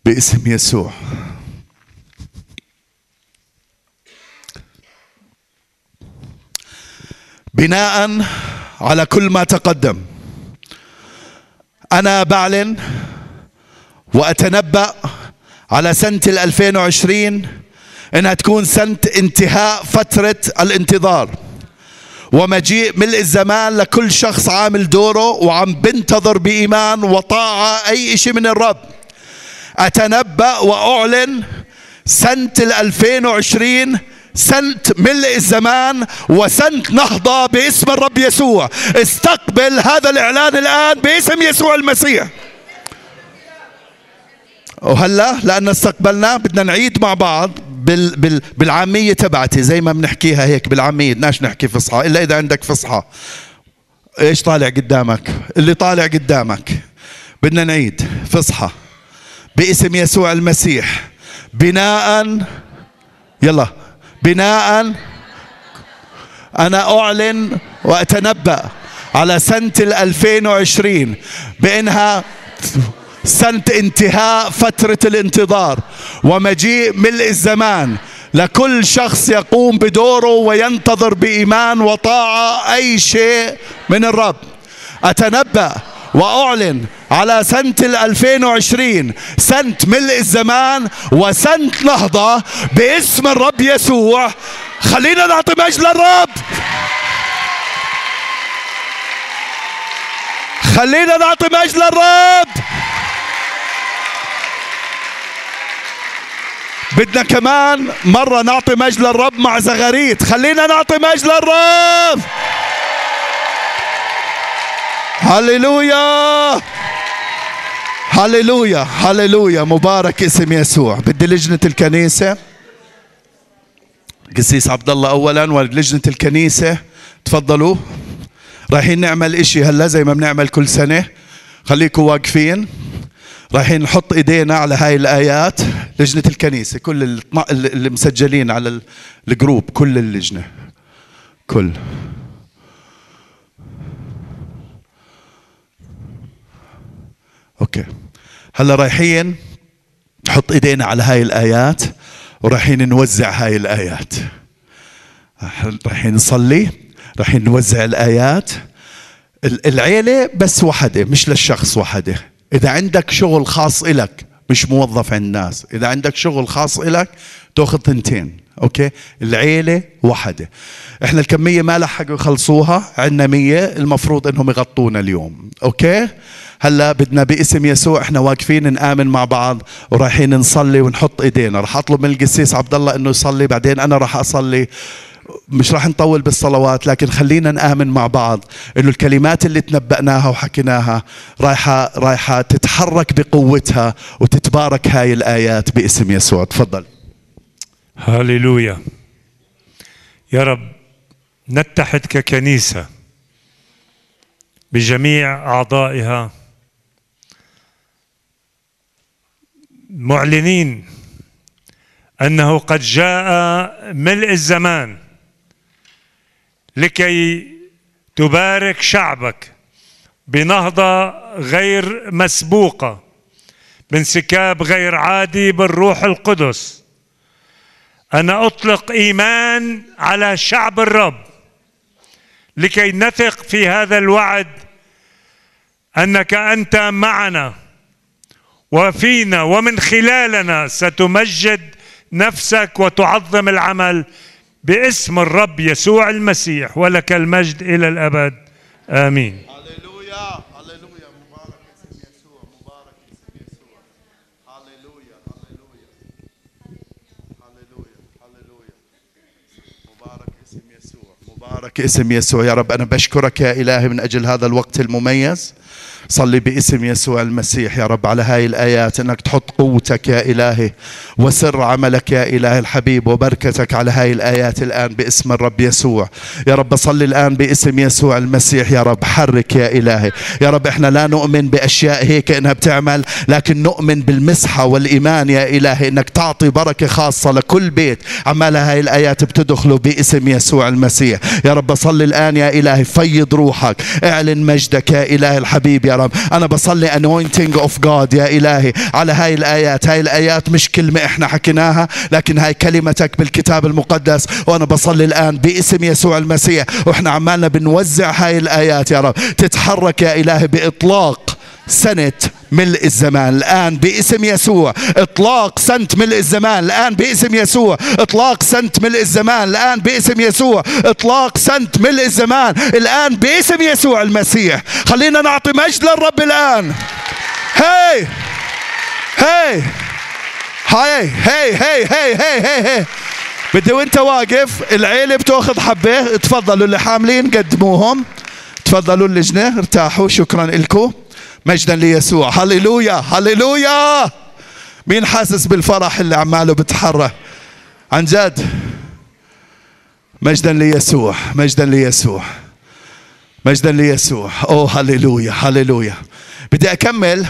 [SPEAKER 1] باسم يسوع. بناء على كل ما تقدم، أنا بعلن وأتنبأ على سنة 2020 إنها تكون سنة انتهاء فترة الانتظار ومجيء ملء الزمان لكل شخص عامل دوره وعم بنتظر بإيمان وطاعة أي شيء من الرب. أتنبأ وأعلن سنة 2020 سنة ملء الزمان وسنة نهضة باسم الرب يسوع. استقبل هذا الإعلان الآن باسم يسوع المسيح. وهلا لأن استقبلنا بدنا نعيد مع بعض بالعامية تبعتي، زي ما بنحكيها هيك بالعامية، بدناش نحكي فصحى إلا إذا عندك فصحى. إيش طالع قدامك؟ اللي طالع قدامك. بدنا نعيد فصحى باسم يسوع المسيح. بناء، يلا، بناء أنا أعلن وأتنبأ على سنة 2020 بأنها سنة انتهاء فترة الانتظار ومجيء ملء الزمان لكل شخص يقوم بدوره وينتظر بإيمان وطاعة أي شيء من الرب. أتنبأ وأعلن على سنة 2020 سنة ملء الزمان وسنة نهضة باسم الرب يسوع. خلينا نعطي مجد للرب. خلينا نعطي مجد للرب. بدنا كمان مرة نعطي مجد للرب مع زغاريت. خلينا نعطي مجد للرب. هللويا هللويا هللويا، مبارك اسم يسوع. بدي لجنة الكنيسة، قسيس عبد الله اولا ولجنة الكنيسة تفضلوا. رايحين نعمل اشي هلا زي ما بنعمل كل سنة، خليكم واقفين. رايحين نحط ايدينا على هاي الايات. لجنة الكنيسة كل اللي مسجلين على الجروب، كل اللجنة كل. اوكي، هلا رايحين نحط ايدينا على هاي الايات ورايحين نوزع هاي الايات. رايحين نصلي، رايحين نوزع الايات. العيلة بس وحدة، مش للشخص وحدة. اذا عندك شغل خاص إلك، مش موظف عند الناس، اذا عندك شغل خاص إلك تاخذ 2. اوكي، العيلة وحدة. احنا الكمية ما لحقوا يخلصوها، عندنا 100 المفروض انهم يغطونا اليوم. اوكي، هلا بدنا باسم يسوع احنا واقفين نآمن مع بعض ورايحين نصلي ونحط ايدينا. راح اطلب من القسيس عبد الله انه يصلي، بعدين انا راح اصلي. مش راح نطول بالصلوات، لكن خلينا نآمن مع بعض انه الكلمات اللي تنبأناها وحكيناها رايحة تتحرك بقوتها وتتبارك هاي الآيات باسم يسوع. تفضل.
[SPEAKER 2] هاليلويا يا رب. نتحد ككنيسة بجميع أعضائها معلنين أنه قد جاء ملء الزمان لكي تبارك شعبك بنهضة غير مسبوقة، بانسكاب غير عادي بالروح القدس. أنا أطلق إيمان على شعب الرب لكي نثق في هذا الوعد أنك أنت معنا وفينا ومن خلالنا ستمجد نفسك وتعظم العمل باسم الرب يسوع المسيح، ولك المجد إلى الأبد. آمين.
[SPEAKER 1] هللويا هللويا، مبارك اسم يسوع، مبارك اسم يسوع. هللويا هللويا هللويا هللويا، مبارك اسم يسوع، مبارك اسم يسوع. يا رب أنا بشكرك يا إلهي من أجل هذا الوقت المميز. صلي باسم يسوع المسيح يا رب على هاي الآيات أنك تحط قوتك يا إلهي وسر عملك يا إلهي الحبيب وبركتك على هاي الآيات الآن باسم الرب يسوع. يا رب صلي الآن باسم يسوع المسيح يا رب، حرك يا إلهي. يا رب احنا لا نؤمن بأشياء هيك انها بتعمل، لكن نؤمن بالمسحة والإيمان يا إلهي انك تعطي بركة خاصة لكل بيت عمالها هاي الآيات بتدخلوا باسم يسوع المسيح. يا رب صلي الآن يا إلهي، فيض روحك، اعلن مجدك يا إلهي الحبيب. يا رب رب. أنا بصلي anointing of God يا إلهي على هاي الآيات. هاي الآيات مش كلمة إحنا حكيناها، لكن هاي كلمتك بالكتاب المقدس. وأنا بصلي الآن باسم يسوع المسيح وإحنا عمالنا بنوزع هاي الآيات يا رب، تتحرك يا إلهي بإطلاق سنة ملء الزمان الآن باسم يسوع. إطلاق سنة ملء الزمان الآن باسم يسوع. إطلاق سنة ملء الزمان الآن باسم يسوع. إطلاق سنة ملء الزمان الآن باسم يسوع المسيح. خلينا نعطي مجد للرب الآن. هاي هاي هاي هاي هاي هاي هاي هاي. بدي وانت واقف العيلة بتاخذ حبة. تفضلوا اللي حاملين قدموهم. تفضلوا اللجنة ارتاحوا. شكرا لكم. مجدا ليسوع. هللويا هللويا. مين حاسس بالفرح اللي عماله بتحرك عن جد؟ مجدا ليسوع مجدا ليسوع مجدا ليسوع. اوه هللويا هللويا. بدي اكمل.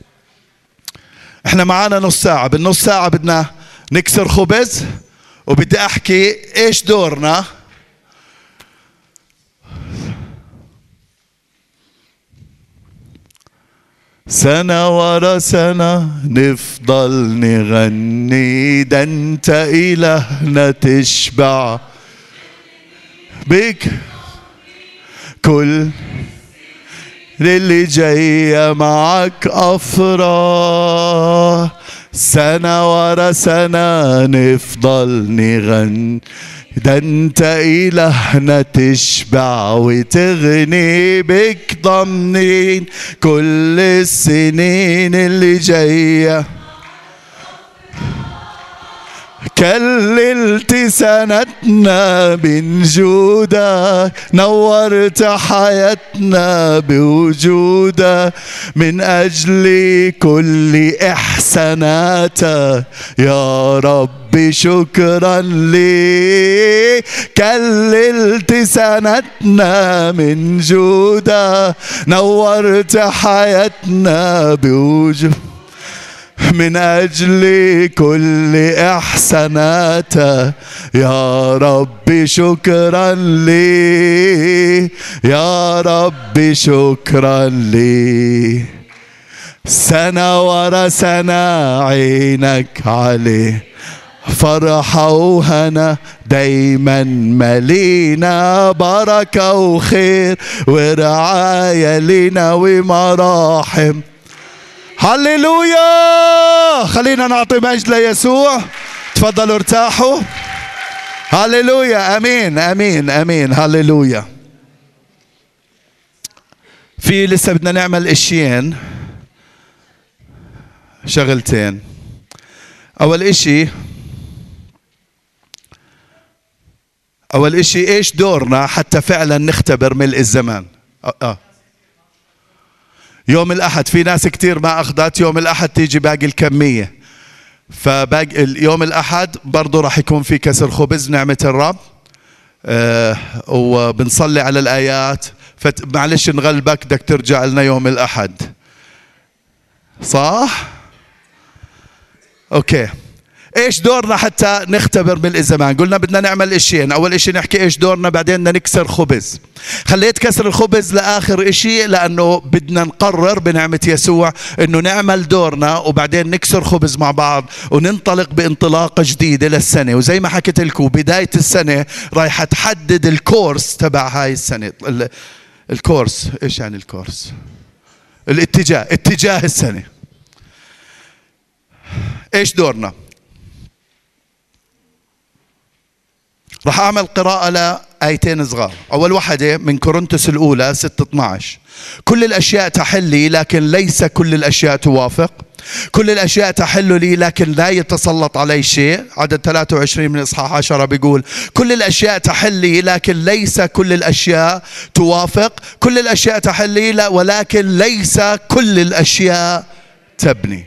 [SPEAKER 1] احنا معانا نص ساعة. بالنص ساعة بدنا نكسر خبز، وبدي احكي ايش دورنا. سنة ورا سنة نفضل نغني، ده انت إلهنا تشبع بك كل اللي جاية معك أفراح. سنة ورا سنة نفضل نغني، ده انت إلهنا تشبع وتغني بك ضامنين كل السنين اللي جاية. كللت سنتنا من جودك، نورت حياتنا بوجودك، من أجل كل إحساناتك يا رب شكرا لي. كللت سنتنا من جودك، نورت حياتنا بوجودك، من أجل كل إحساناتك يا رب شكرا لي. يا رب شكرا لي. سنة ورا سنة عينك عليه، فرحة وهنا دايما ملينا، بركة وخير ورعاية لنا ومراحم. هللويا. خلينا نعطي مجد ليسوع. تفضلوا ارتاحوا. هللويا. امين امين امين. هللويا. في لسه بدنا نعمل اشيين، شغلتين. اول اشي ايش دورنا حتى فعلا نختبر ملء الزمان. يوم الأحد في ناس كتير ما أخذت. يوم الأحد تيجي باقي الكمية، فباقي يوم الأحد برضو راح يكون في كسر خبز نعمة الرب. وبنصلي على الآيات. فمعلش نغلبك، بدك ترجع لنا يوم الأحد، صح؟ أوكي. ايش دورنا حتى نختبر ملء الزمان؟ قلنا بدنا نعمل اشيين. اول اشي نحكي ايش دورنا، بعدين بدنا نكسر خبز. خليت كسر الخبز لاخر اشي لانه بدنا نقرر بنعمة يسوع انه نعمل دورنا وبعدين نكسر خبز مع بعض وننطلق بانطلاقة جديدة للسنة. وزي ما حكيت لكم بداية السنة رايحة تحدد الكورس تبع هاي السنة. الكورس ايش يعني الكورس؟ اتجاه السنة. ايش دورنا؟ راح أعمل قراءة لآيتين صغار. أول واحدة من كورنثوس الأولى 6:12. كل الأشياء تحل لي لكن ليس كل الأشياء توافق. كل الأشياء تحل لي لكن لا يتسلط علي شيء. عدد 23 من إصحاح 10 بيقول كل الأشياء تحل لي لكن ليس كل الأشياء توافق. كل الأشياء تحل لي ولكن ليس كل الأشياء تبني.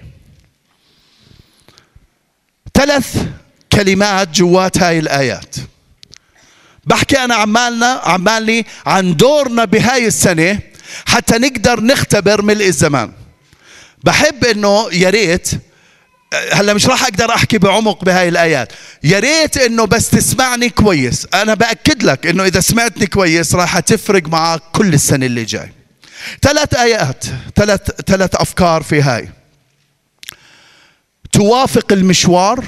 [SPEAKER 1] 3 كلمات جوات هاي الآيات. بحكي أنا عمالي عن دورنا بهاي السنة حتى نقدر نختبر ملء الزمان. بحب إنه يا ريت هلا مش راح أقدر أحكي بعمق بهاي الآيات. يا ريت إنه بس تسمعني كويس. أنا بأكد لك إنه إذا سمعتني كويس راح تفرق معك كل السنة اللي جاي. 3 آيات، 3 أفكار في هاي. توافق المشوار،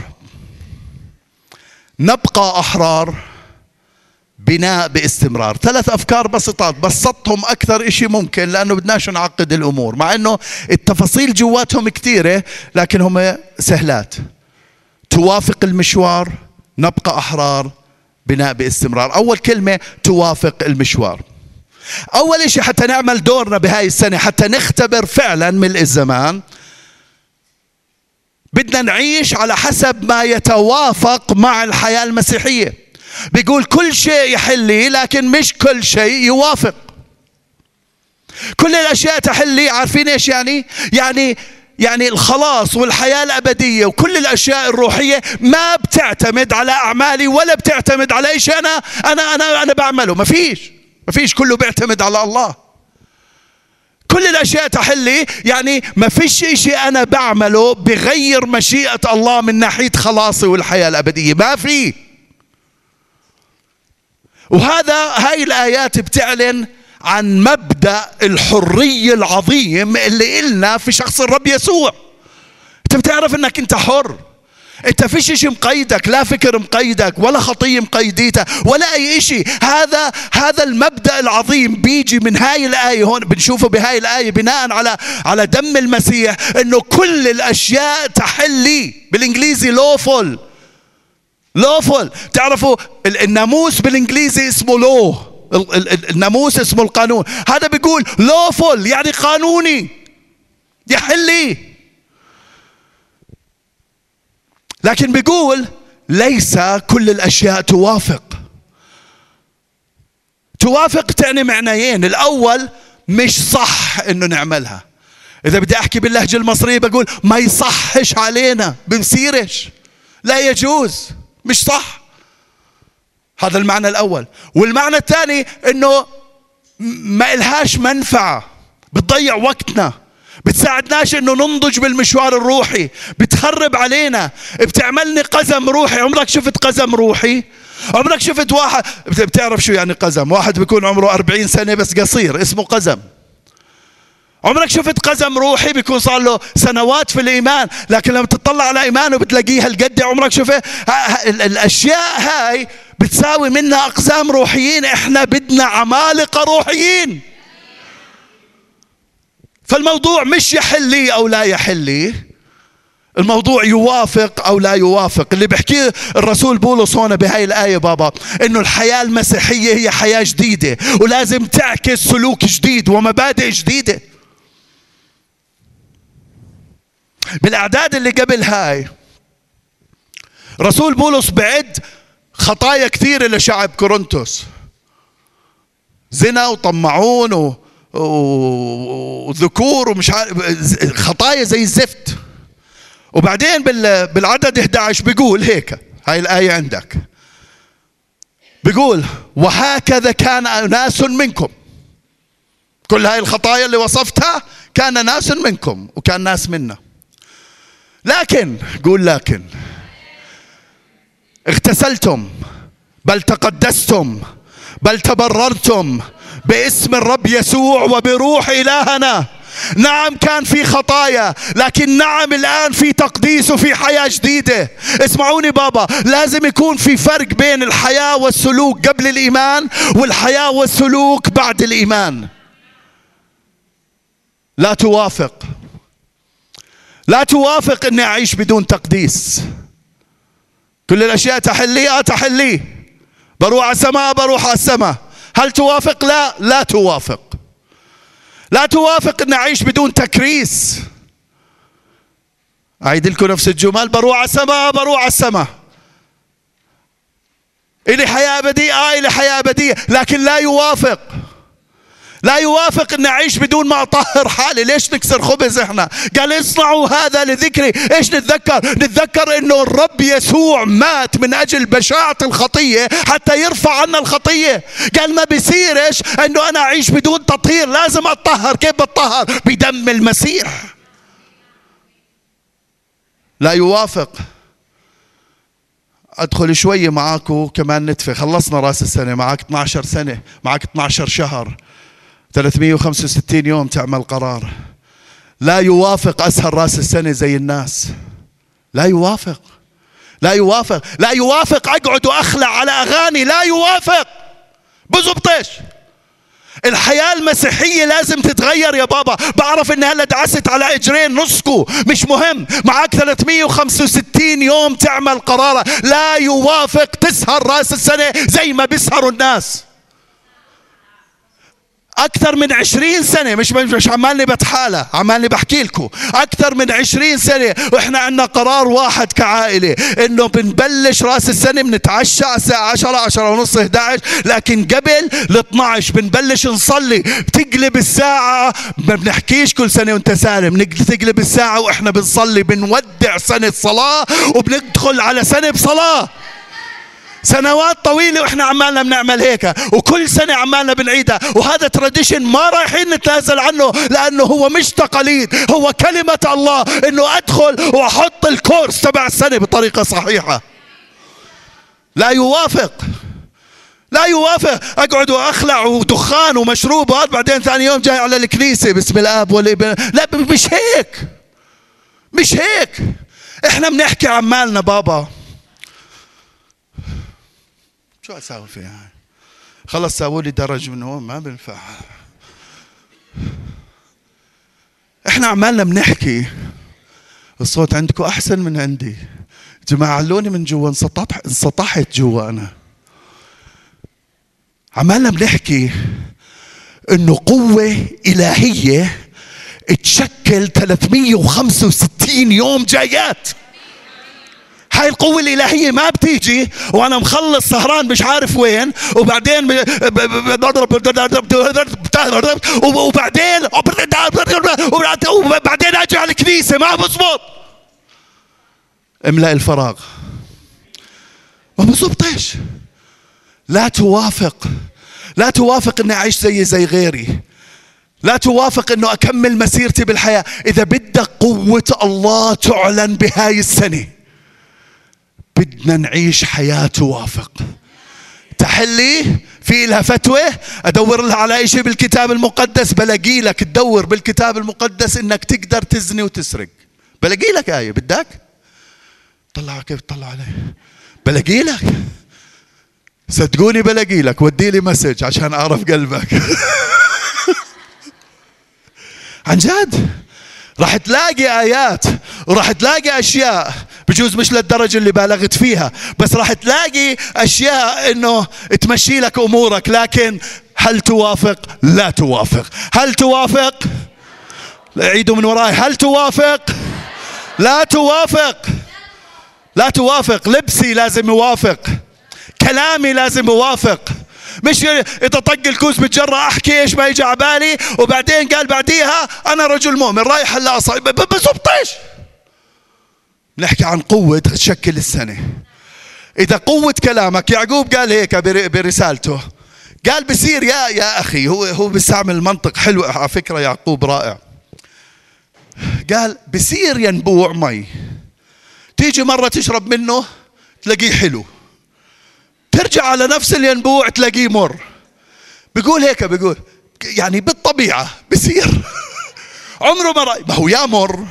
[SPEAKER 1] نبقى أحرار، بناء باستمرار. 3 أفكار بسيطات، بسطهم أكثر إشي ممكن لأنه بدناش نعقد الأمور، مع أنه التفاصيل جواتهم كثيرة لكن هم سهلات. توافق المشوار، نبقى أحرار، بناء باستمرار. أول كلمة توافق المشوار. أول إشي حتى نعمل دورنا بهاي السنة، حتى نختبر فعلا ملء الزمان، بدنا نعيش على حسب ما يتوافق مع الحياة المسيحية. بيقول كل شيء يحل لي لكن مش كل شيء يوافق. كل الأشياء تحل لي، عارفين إيش يعني؟ يعني الخلاص والحياة الأبدية وكل الأشياء الروحية ما بتعتمد على أعمالي ولا بتعتمد على إيش أنا بعمله. ما فيش، كله بيعتمد على الله. كل الأشياء تحل لي، يعني ما فيش إشي أنا بعمله بغير مشيئة الله من ناحية خلاصي والحياة الأبدية، ما في. هاي الآيات بتعلن عن مبدأ الحرية العظيم اللي إلنا في شخص الرب يسوع. أنت بتعرف أنك أنت حر، أنت فيش إشي مقيدك، لا فكر مقيدك ولا خطية مقيديتها ولا أي إشي. هذا المبدأ العظيم بيجي من هاي الآية. هون بنشوفه بهاي الآية بناء على دم المسيح، إنه كل الأشياء تحل لي. بالإنجليزي lawful. تعرفوا الناموس بالإنجليزي اسمه law، الناموس اسمه القانون. هذا بيقول lawful يعني قانوني، يحل لي. لكن بيقول ليس كل الأشياء توافق تعني معنيين. الأول مش صح إنه نعملها. إذا بدي أحكي باللهجة المصرية بقول ما يصحش علينا، بمسيرش، لا يجوز، مش صح. هذا المعنى الأول. والمعنى الثاني إنه ما إلهاش منفعة، بتضيع وقتنا، بتساعدناش إنه ننضج بالمشوار الروحي، بتخرب علينا، بتعملني قزم روحي. عمرك شفت قزم روحي؟ عمرك شفت واحد بتعرف شو يعني قزم؟ واحد بيكون عمره 40 سنة بس قصير، اسمه قزم. عمرك شفت قزم روحي بيكون صار له سنوات في الإيمان، لكن لما تطلع على إيمانه بتلاقيها القد؟ عمرك شفت؟ الأشياء هاي بتساوي منا أقزام روحيين. إحنا بدنا عمالقة روحيين. فالموضوع مش يحل لي أو لا يحل لي، الموضوع يوافق أو لا يوافق. اللي بحكيه الرسول بولس هنا بهاي الآية بابا، إنه الحياة المسيحية هي حياة جديدة ولازم تعكس سلوك جديد ومبادئ جديدة. بالأعداد اللي قبل هاي رسول بولس بعد خطايا كثيرة لشعب كورنثوس، زنا وطمعون وذكور ومش عارف، خطايا زي الزفت. وبعدين بالعدد 11 بيقول هيك، هاي الآية عندك، بيقول وهكذا كان ناس منكم. كل هاي الخطايا اللي وصفتها كان ناس منكم وكان ناس منا. لكن اغتسلتم، بل تقدستم، بل تبررتم باسم الرب يسوع وبروح إلهنا. نعم كان في خطايا، لكن نعم الآن في تقديس وفي حياة جديدة. اسمعوني بابا، لازم يكون في فرق بين الحياة والسلوك قبل الإيمان والحياة والسلوك بعد الإيمان. لا توافق اني اعيش بدون تقديس. كل الاشياء تحل لي، تحل لي، بروح على السماء، بروح على السماء. هل توافق؟ لا توافق. لا توافق اني اعيش بدون تكريس. اعيد لكم نفس الجمل، بروح على السماء، بروح على السماء. الي حياة ابدية، الي حياة ابدية، لكن لا يوافق ان اعيش بدون ما اطهر حالي. ليش نكسر خبز احنا؟ قال اصنعوا هذا لذكري. ايش نتذكر انه الرب يسوع مات من اجل بشاعة الخطية حتى يرفع عنا الخطية. قال ما بيصيرش انه انا اعيش بدون تطهير، لازم اتطهر. كيف بتطهر؟ بدم المسيح. لا يوافق. ادخل شوية معاكم كمان نتفه. خلصنا راس السنة، معك 12 سنة، معك 12 شهر. 365 يوم تعمل قرار. لا يوافق أسهر رأس السنة زي الناس. لا يوافق، لا يوافق، لا يوافق أقعد وأخلع على أغاني. لا يوافق، بزبطش. الحياة المسيحية لازم تتغير يا بابا. بعرف ان هلا دعست على اجرين نصكو، مش مهم. معك 365 يوم تعمل قرارة. لا يوافق تسهر راس السنة زي ما بيسهروا الناس. أكثر من 20 سنة، مش عمالني بتحالى، عمالني بحكي لكم. أكثر من 20 سنة وإحنا عندنا قرار واحد كعائلة، إنه بنبلش رأس السنة بنتعشى على الساعة 10 10 ونص 11، لكن قبل ال 12 بنبلش نصلي. بتقلب الساعة، ما بنحكيش كل سنة وأنت سالم، تقلب الساعة وإحنا بنصلي، بنودع سنة صلاة وبندخل على سنة بصلاة. سنوات طويلة واحنا عمالنا بنعمل هيك، وكل سنة عمالنا بنعيدها. وهذا تراديشن ما رايحين نتنازل عنه، لأنه هو مش تقاليد، هو كلمة الله. إنه أدخل وأحط الكورس تبع السنة بطريقة صحيحة. لا يوافق، لا يوافق أقعد وأخلع ودخان ومشروب وهذا، بعدين ثاني يوم جاي على الكنيسة باسم الآب والابن. لا، مش هيك، مش هيك. إحنا بنحكي عمالنا بابا. شو أساوي فيها؟ خلص ساووا لي درج من هون، ما بنفع. احنا عمالنا بنحكي، الصوت عندكم احسن من عندي. جماعة علوني من جوا، انسطحت جوا انا. عمالنا بنحكي انه قوة الهية تشكل 365 يوم جايات. هاي القوة الإلهية ما بتيجي وأنا مخلص سهران مش عارف وين، وبعدين وبعدين أجي على الكنيسة. ما بزبط. املأ الفراغ. ما بزبطش. لا توافق، لا توافق إني أعيش زي غيري. لا توافق إنه أكمل مسيرتي بالحياة. إذا بدك قوة الله تعلن بهاي السنة، بدنا نعيش حياة توافق. تحلي في لها فتوى، أدور لها على أي شيء بالكتاب المقدس، بلاقي لك تدور بالكتاب المقدس إنك تقدر تزني وتسرق. بلاقي لك آية. بدك طلع كيف تطلع علي؟ بلاقي لك، صدقوني بلاقي لك. ودي لي مسج عشان أعرف قلبك. عن جد راح تلاقي آيات وراح تلاقي أشياء، بجوز مش للدرجة اللي بالغت فيها، بس راح تلاقي أشياء إنه تمشي لك أمورك. لكن هل توافق؟ لا توافق. هل توافق؟ عيدوا من وراي. هل توافق؟ لا توافق. لا توافق. لبسي لازم يوافق، كلامي لازم يوافق. مش إذا طق الكوز بتجرأ أحكي إيش ما يجي على بالي، وبعدين قال بعديها أنا رجل مؤمن رايح هلا أصعد. بزبطش. نحكي عن قوة تشكل السنة. إذا قوة كلامك، يعقوب قال هيك برسالته، قال بصير يا أخي، هو بيستعمل منطق حلو على فكرة. يعقوب رائع. قال بصير ينبوع مي، تيجي مرة تشرب منه تلاقيه حلو، ترجع على نفس الينبوع تلاقيه مر. بيقول هيك، بيقول يعني بالطبيعة بصير. عمره ما هو يا مر.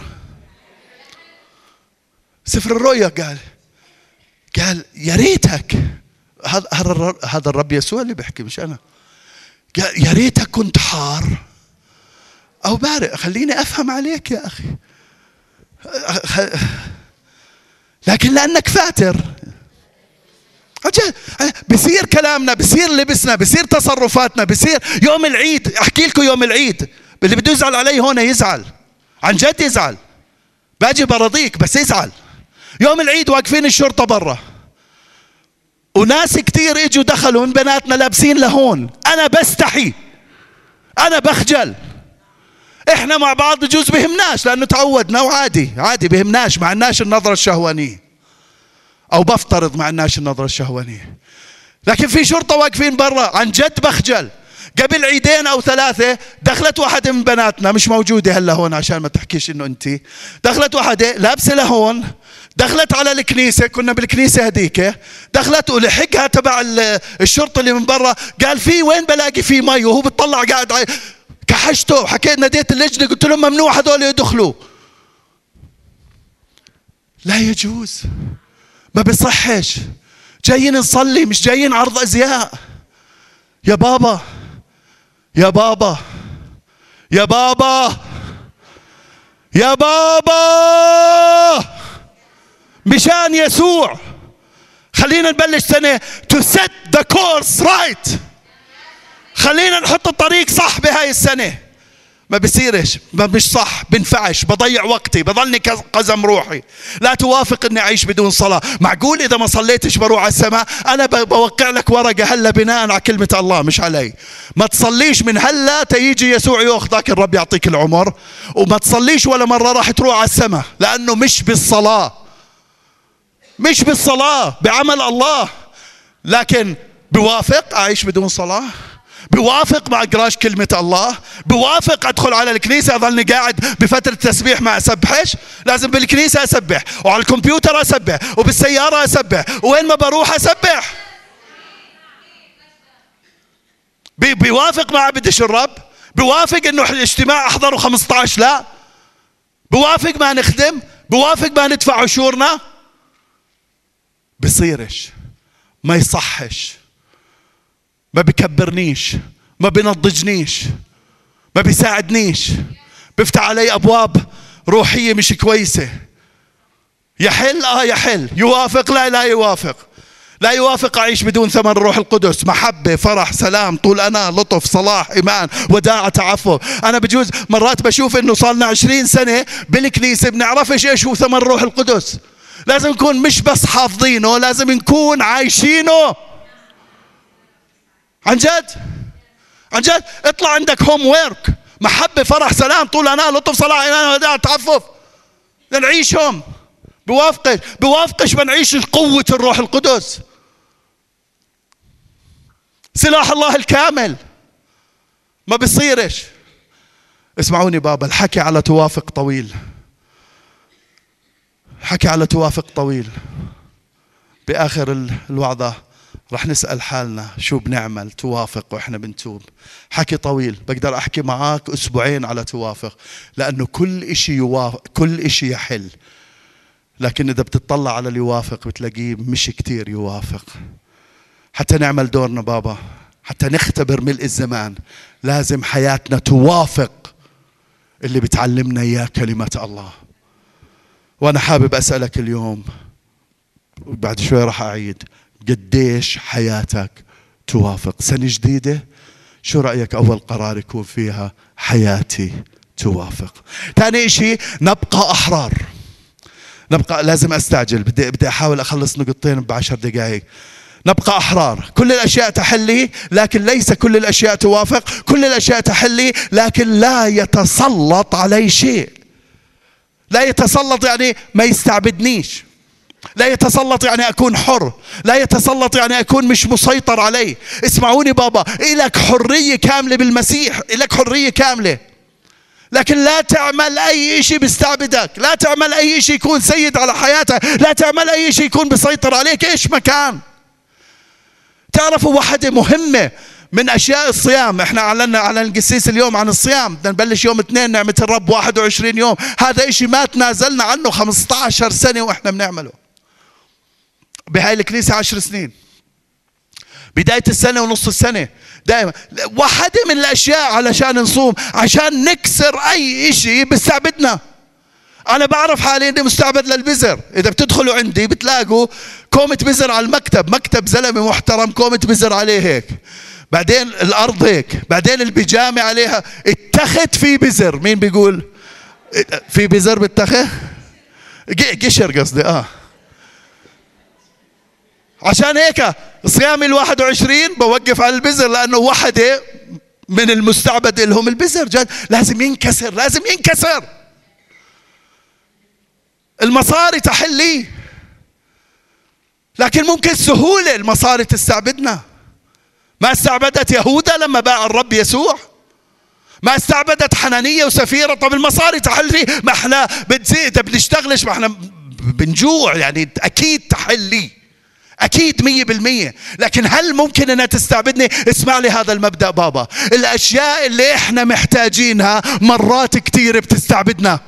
[SPEAKER 1] سفر الرؤيا قال يا ريتك، هذا الرب يسوع اللي بيحكي مش أنا، قال يا ريتك كنت حار أو بارد. خليني أفهم عليك يا أخي. لكن لأنك فاتر. بصير كلامنا، بصير لبسنا، بصير تصرفاتنا، بصير يوم العيد. أحكي لكم يوم العيد، اللي بده يزعل علي هون يزعل، عن جد يزعل. باجي برضيك بس يزعل. يوم العيد واقفين الشرطة برا، وناس كتير اجوا دخلوا من بناتنا لابسين لهون. أنا بستحي، أنا بخجل. إحنا مع بعض بجوز بهمناش لأنه تعودنا وعادي بهمناش، ما عندناش النظرة الشهوانية، أو بفترض ما عندناش النظرة الشهوانية. لكن في شرطة واقفين برا، عن جد بخجل. قبل عيدين أو 3 دخلت واحدة من بناتنا، مش موجودة هلا هون عشان ما تحكيش إنه أنتي. دخلت واحدة لابسة لهون، دخلت على الكنيسة، كنا بالكنيسة هديك، دخلت ولحقها تبع الشرطة اللي من برا. قال في وين بلاقي في مي، وهو بتطلع قاعد كحشته، حكيت ناديت اللجنة قلت لهم ممنوع هذول يدخلوا. لا يجوز، ما بصحش. جايين نصلي مش جايين عرض ازياء. يا بابا يا بابا يا بابا يا بابا، مشان يسوع خلينا نبلش سنة to set the course right. خلينا نحط الطريق صح بهاي السنة. ما بصيرش، ما مش صح، بنفعش، بضيع وقتي، بضلني قزم روحي. لا توافق اني اعيش بدون صلاة. معقول اذا ما صليتش بروح على السماء؟ انا بوقع لك ورقة هلا بناء على كلمة الله مش علي. ما تصليش من هلا تيجي يسوع ياخذك، الرب يعطيك العمر، وما تصليش ولا مرة راح تروح على السماء، لانه مش بالصلاة، مش بالصلاة، بعمل الله. لكن بوافق اعيش بدون صلاة؟ بوافق مع قراش كلمة الله؟ بوافق ادخل على الكنيسة اظلني قاعد بفترة تسبيح ما اسبحش؟ لازم بالكنيسة اسبح، وعلى الكمبيوتر اسبح، وبالسيارة اسبح، وين ما بروح اسبح. بوافق ما عبدش الرب؟ بوافق انه الاجتماع احضره 15 لا؟ بوافق ما نخدم؟ بوافق ما ندفع عشورنا؟ بصيرش، ما يصحش، ما بكبرنيش، ما بنضجنيش، ما بيساعدنيش، بيفتح علي أبواب روحية مش كويسة. يحل يحل، يوافق لا يوافق. لا يوافق أعيش بدون ثمن الروح القدس، محبة، فرح، سلام، طول أنا، لطف، صلاح، إيمان، وداعة، تعفف. أنا بجوز مرات بشوف إنه صار لنا 20 سنة بالكنيسة بنعرفش إيش هو ثمن الروح القدس. لازم نكون مش بس حافظينه، لازم نكون عايشينه عن جد. عن جد اطلع عندك هوم ويرك، محبة، فرح، سلام، طول أنا، لطف، صلاح، إيمان، وداعة، تعفف. نعيشهم. بوافقش بنعيش قوة الروح القدس، سلاح الله الكامل. ما بصيرش. اسمعوني بابا، الحكي على توافق طويل، حكي على توافق طويل. بآخر الوعظة رح نسأل حالنا شو بنعمل توافق وإحنا بنتوب. حكي طويل، بقدر أحكي معاك أسبوعين على توافق، لأنه كل إشي يوافق، كل إشي يحل. لكن إذا بتطلع على اللي يوافق بتلاقيه مش كتير يوافق. حتى نعمل دورنا بابا، حتى نختبر ملء الزمان، لازم حياتنا توافق اللي بتعلمنا إياه كلمة الله. وأنا حابب أسألك اليوم، بعد شوي راح أعيد، قديش حياتك توافق؟ سنة جديدة، شو رأيك أول قرار يكون فيها حياتي توافق؟ ثاني إشي، نبقى أحرار. نبقى، لازم أستعجل، بدي أحاول أخلص نقطتين ب10 دقائق. نبقى أحرار. كل الأشياء تحلي، لكن ليس كل الأشياء توافق. كل الأشياء تحلي، لكن لا يتسلط علي شيء. لا يتسلط يعني ما يستعبدنيش. لا يتسلط يعني أكون حر. لا يتسلط يعني أكون مش مسيطر عليه. اسمعوني بابا، إلك حرية كاملة بالمسيح، إلك حرية كاملة، لكن لا تعمل أي شيء بيستعبدك. لا تعمل أي شيء يكون سيد على حياتك. لا تعمل أي شيء يكون بيسيطر عليك إيش ما كان. تعرفوا واحدة مهمة من أشياء الصيام، إحنا أعلن القسيس اليوم عن الصيام، بدنا نبلش يوم 2 نعمة الرب 21 يوم. هذا إشي ما تنازلنا عنه 15 سنة وإحنا بنعمله بهاي الكنيسة. 10 سنين، بداية السنة ونص السنة دائما. واحدة من الأشياء علشان نصوم، عشان نكسر أي إشي بيستعبدنا. أنا بعرف حالي إني مستعبد للبزر. إذا بتدخلوا عندي بتلاقوا كومة بزر على المكتب، مكتب زلمة محترم، كومة بزر عليه هيك، بعدين الأرض هيك، بعدين البيجامة عليها، التخت فيه بزر. مين بيقول في بزر بالتخت؟ قشر قصدي. عشان هيك صيامي 21 بوقف على البزر، لأنه واحدة من المستعبد لهم البزر. جد لازم ينكسر، لازم ينكسر. المصاري تحلي، لكن ممكن سهولة المصاري تستعبدنا. ما استعبدت يهوذا لما باع الرب يسوع؟ ما استعبدت حنانية وسفيرة؟ طب المصاري تحلي. ما احنا بنزيد بنشتغلش، ما احنا بنجوع، يعني أكيد تحلي، أكيد 100%. لكن هل ممكن أنها تستعبدني؟ اسمع لي هذا المبدأ بابا، الأشياء اللي إحنا محتاجينها مرات كتير بتستعبدنا.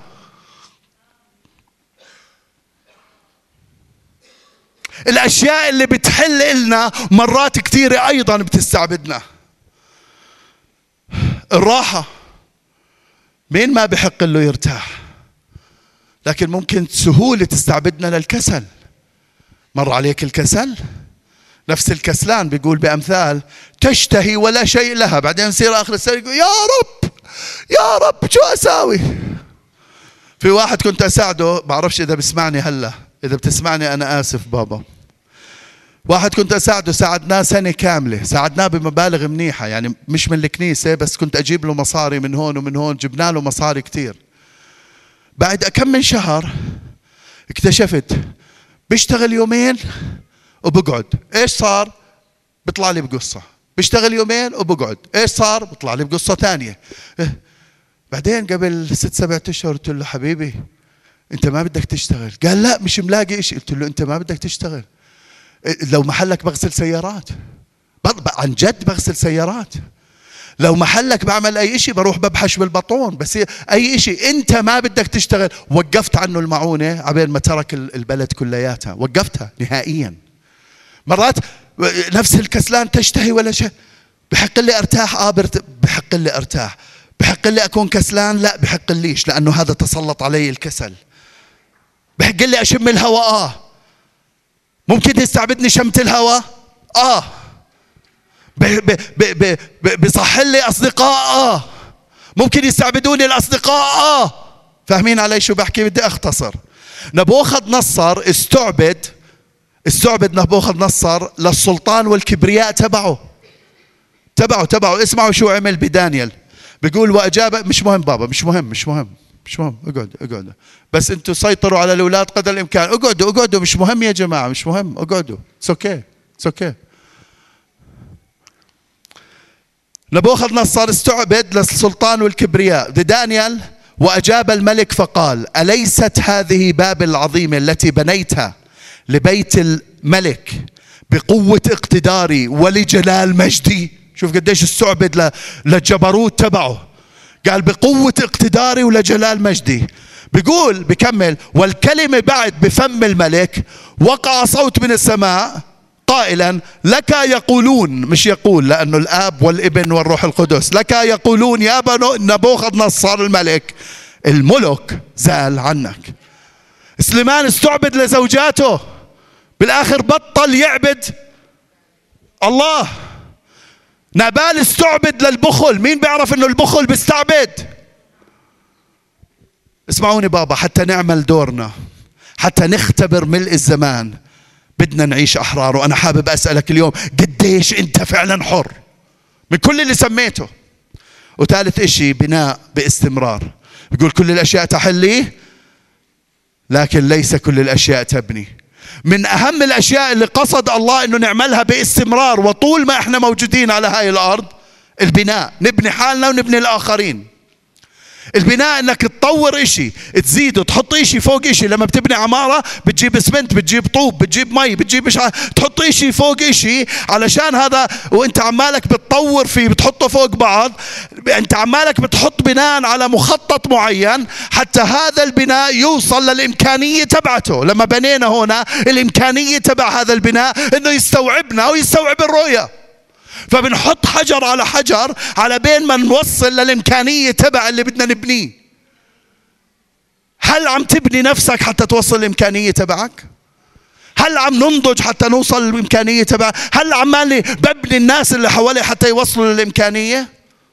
[SPEAKER 1] الأشياء اللي بتحل إلنا مرات كتير أيضا بتستعبدنا. الراحة، مين ما بحق له يرتاح؟ لكن ممكن سهولة تستعبدنا للكسل. مر عليك الكسل؟ نفس الكسلان بيقول بأمثال تشتهي ولا شيء لها، بعدين يصير آخر السنة يقول يا رب شو أساوي؟ في واحد كنت أساعده، بعرفش إذا بسمعني هلا، إذا بتسمعني أنا آسف بابا. واحد كنت أساعده، ساعدناه سنة كاملة، ساعدناه بمبالغ منيحة، يعني مش من الكنيسة بس كنت أجيب له مصاري من هون ومن هون، جبنا له مصاري كتير. بعد كم من شهر اكتشفت بيشتغل يومين وبقعد، ايش صار؟ بيطلع لي بقصة. بيشتغل يومين وبقعد، ايش صار؟ بيطلع لي بقصة تانية. بعدين قبل 6-7 أشهر قلت له حبيبي انت ما بدك تشتغل؟ قال لا مش ملاقي اشي. قلت له انت ما بدك تشتغل؟ لو محلك بغسل سيارات، عن جد بغسل سيارات. لو محلك بعمل اي اشي بروح ببحش بالبطون، بس اي اشي انت ما بدك تشتغل. وقفت عنه المعونة عبين ما ترك البلد كلياتها، وقفتها نهائيا. مرات نفس الكسلان، تشتهي ولا شيء. بحق لي ارتاح؟ بحق لي ارتاح. بحق لي اكون كسلان؟ لا بحق ليش، لانه هذا تسلط علي الكسل. بحق لي اشم الهواء؟ ممكن يستعبدني شمت الهواء؟ بصح لي اصدقاء؟ ممكن يستعبدوني الاصدقاء؟ فاهمين علي شو بحكي؟ بدي اختصر. نبوخذ نصر استعبد نبوخذ نصر للسلطان والكبرياء تبعه. اسمعوا شو عمل بدانيال. بيقول واجاب، مش مهم بابا، مش مهم، اقعدوا بس انتوا سيطروا على الاولاد قدر الامكان. اقعدوا مش مهم يا جماعه، مش مهم، اقعدوا. It's okay. نبوخذ نصر استعبد للسلطان والكبرياء. دانيال واجاب الملك فقال أليست هذه بابل العظيمة التي بنيتها لبيت الملك بقوة اقتداري ولجلال مجدي؟ شوف قديش استعبد للجبروت تبعه. قال بقوة اقتداري ولجلال مجدي. بيقول بكمل والكلمة بعد بفم الملك وقع صوت من السماء قائلا لك يقولون، مش يقول لأنه الآب والابن والروح القدس، لك يقولون يا نبوخذ نصر الملك الملك زال عنك. سليمان استعبد لزوجاته، بالآخر بطل يعبد الله. نابال استعبد للبخل، مين بيعرف انه البخل بيستعبد؟ اسمعوني بابا، حتى نعمل دورنا، حتى نختبر ملء الزمان، بدنا نعيش أحرار. وأنا حابب أسألك اليوم قديش أنت فعلا حر من كل اللي سميته؟ وثالث إشي بناء باستمرار. بيقول كل الأشياء تحلي لكن ليس كل الأشياء تبني. من أهم الأشياء اللي قصد الله إنه نعملها باستمرار وطول ما إحنا موجودين على هاي الأرض البناء، نبني حالنا ونبني الآخرين. البناء انك تطور اشي، تزيد وتحط اشي فوق اشي. لما بتبني عمارة بتجيب اسمنت، بتجيب طوب، بتجيب مي، بتجيب مش تحط اشي فوق اشي، علشان هذا وانت عمالك بتطور فيه بتحطه فوق بعض. انت عمالك بتحط بناء على مخطط معين حتى هذا البناء يوصل للامكانية تبعته. لما بنينا هنا الامكانية تبع هذا البناء انه يستوعبنا ويستوعب الرؤية، فبنحط حجر على حجر على بين ما نوصل للإمكانية تبع اللي بدنا نبنيه. هل عم تبني نفسك حتى توصل الإمكانية تبعك؟ هل عم ننضج حتى نوصل للإمكانية تبعك؟ هل عمالي ببني الناس اللي حوالي حتى يوصلوا للإمكانية؟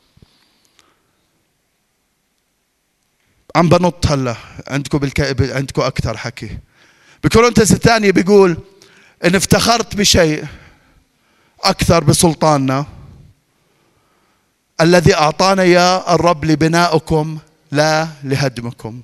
[SPEAKER 1] عم بنط هلا عندكم أكثر حكي. بكورنثوس الثانية بيقول إن افتخرت بشيء أكثر بسلطاننا الذي أعطانا يا الرب لبنائكم لا لهدمكم.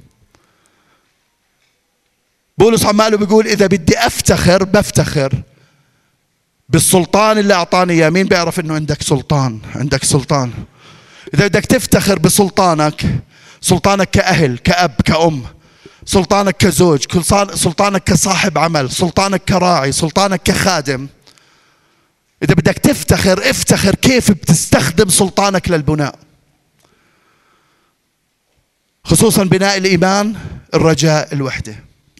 [SPEAKER 1] بولس عماله بيقول إذا بدي أفتخر بفتخر بالسلطان اللي أعطاني إياه. مين بيعرف إنه عندك سلطان؟ عندك سلطان. إذا بدك تفتخر بسلطانك، سلطانك كأهل، كأب، كأم، سلطانك كزوج، سلطانك كصاحب عمل، سلطانك كراعي، سلطانك كخادم. إذا بدك تفتخر افتخر كيف بتستخدم سلطانك للبناء، خصوصا بناء الإيمان، الرجاء، الوحدة.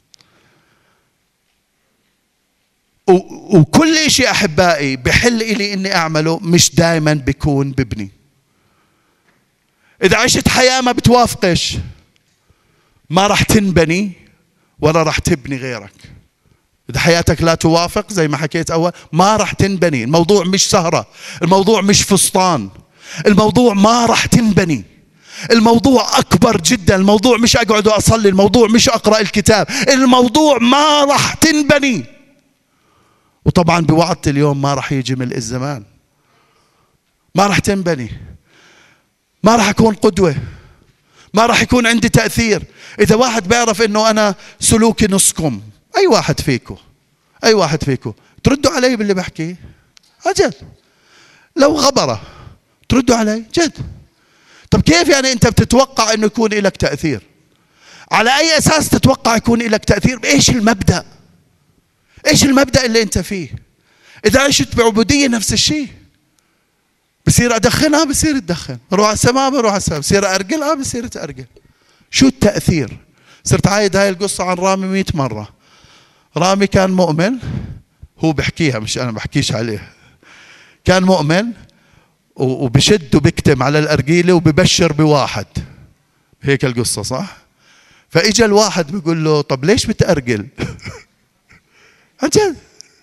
[SPEAKER 1] وكل إشي أحبائي بحل إلي إني أعمله مش دايما بيكون ببني. إذا عشت حياة ما بتوافقش ما راح تنبني ولا راح تبني غيرك. إذا حياتك لا توافق زي ما حكيت أول ما راح تنبني. الموضوع مش سهرة، الموضوع مش فستان، الموضوع ما راح تنبني. الموضوع أكبر جدا. الموضوع مش أقعد وأصلي، الموضوع مش أقرأ الكتاب، الموضوع ما راح تنبني. وطبعا بوعظة اليوم ما راح يجي ملء الزمان، ما راح تنبني، ما راح أكون قدوة، ما راح يكون عندي تأثير. إذا واحد بيعرف إنه أنا سلوكي نصكم، أي واحد فيكم تردوا علي باللي بحكيه أجل. لو غبرة تردوا علي جد. طب كيف يعني أنت بتتوقع إنه يكون لك تأثير؟ على أي أساس تتوقع يكون لك تأثير؟ إيش المبدأ؟ إيش المبدأ اللي أنت فيه؟ إذا عشت بعبودية نفس الشيء، بصير أدخنها بصير تدخن، بروح على السماء بروح على السماء، بصير أرجلها بصير تأرجل. شو التأثير؟ صرت عايد هاي القصة عن رامي 100 مرة. رامي كان مؤمن، هو بحكيها مش أنا بحكيش عليه. كان مؤمن وبشد وبكتم على الأرجيلة وببشر بواحد، هيك القصة صح؟ فإجا الواحد بيقول له طب ليش بتأرجل؟ عن جد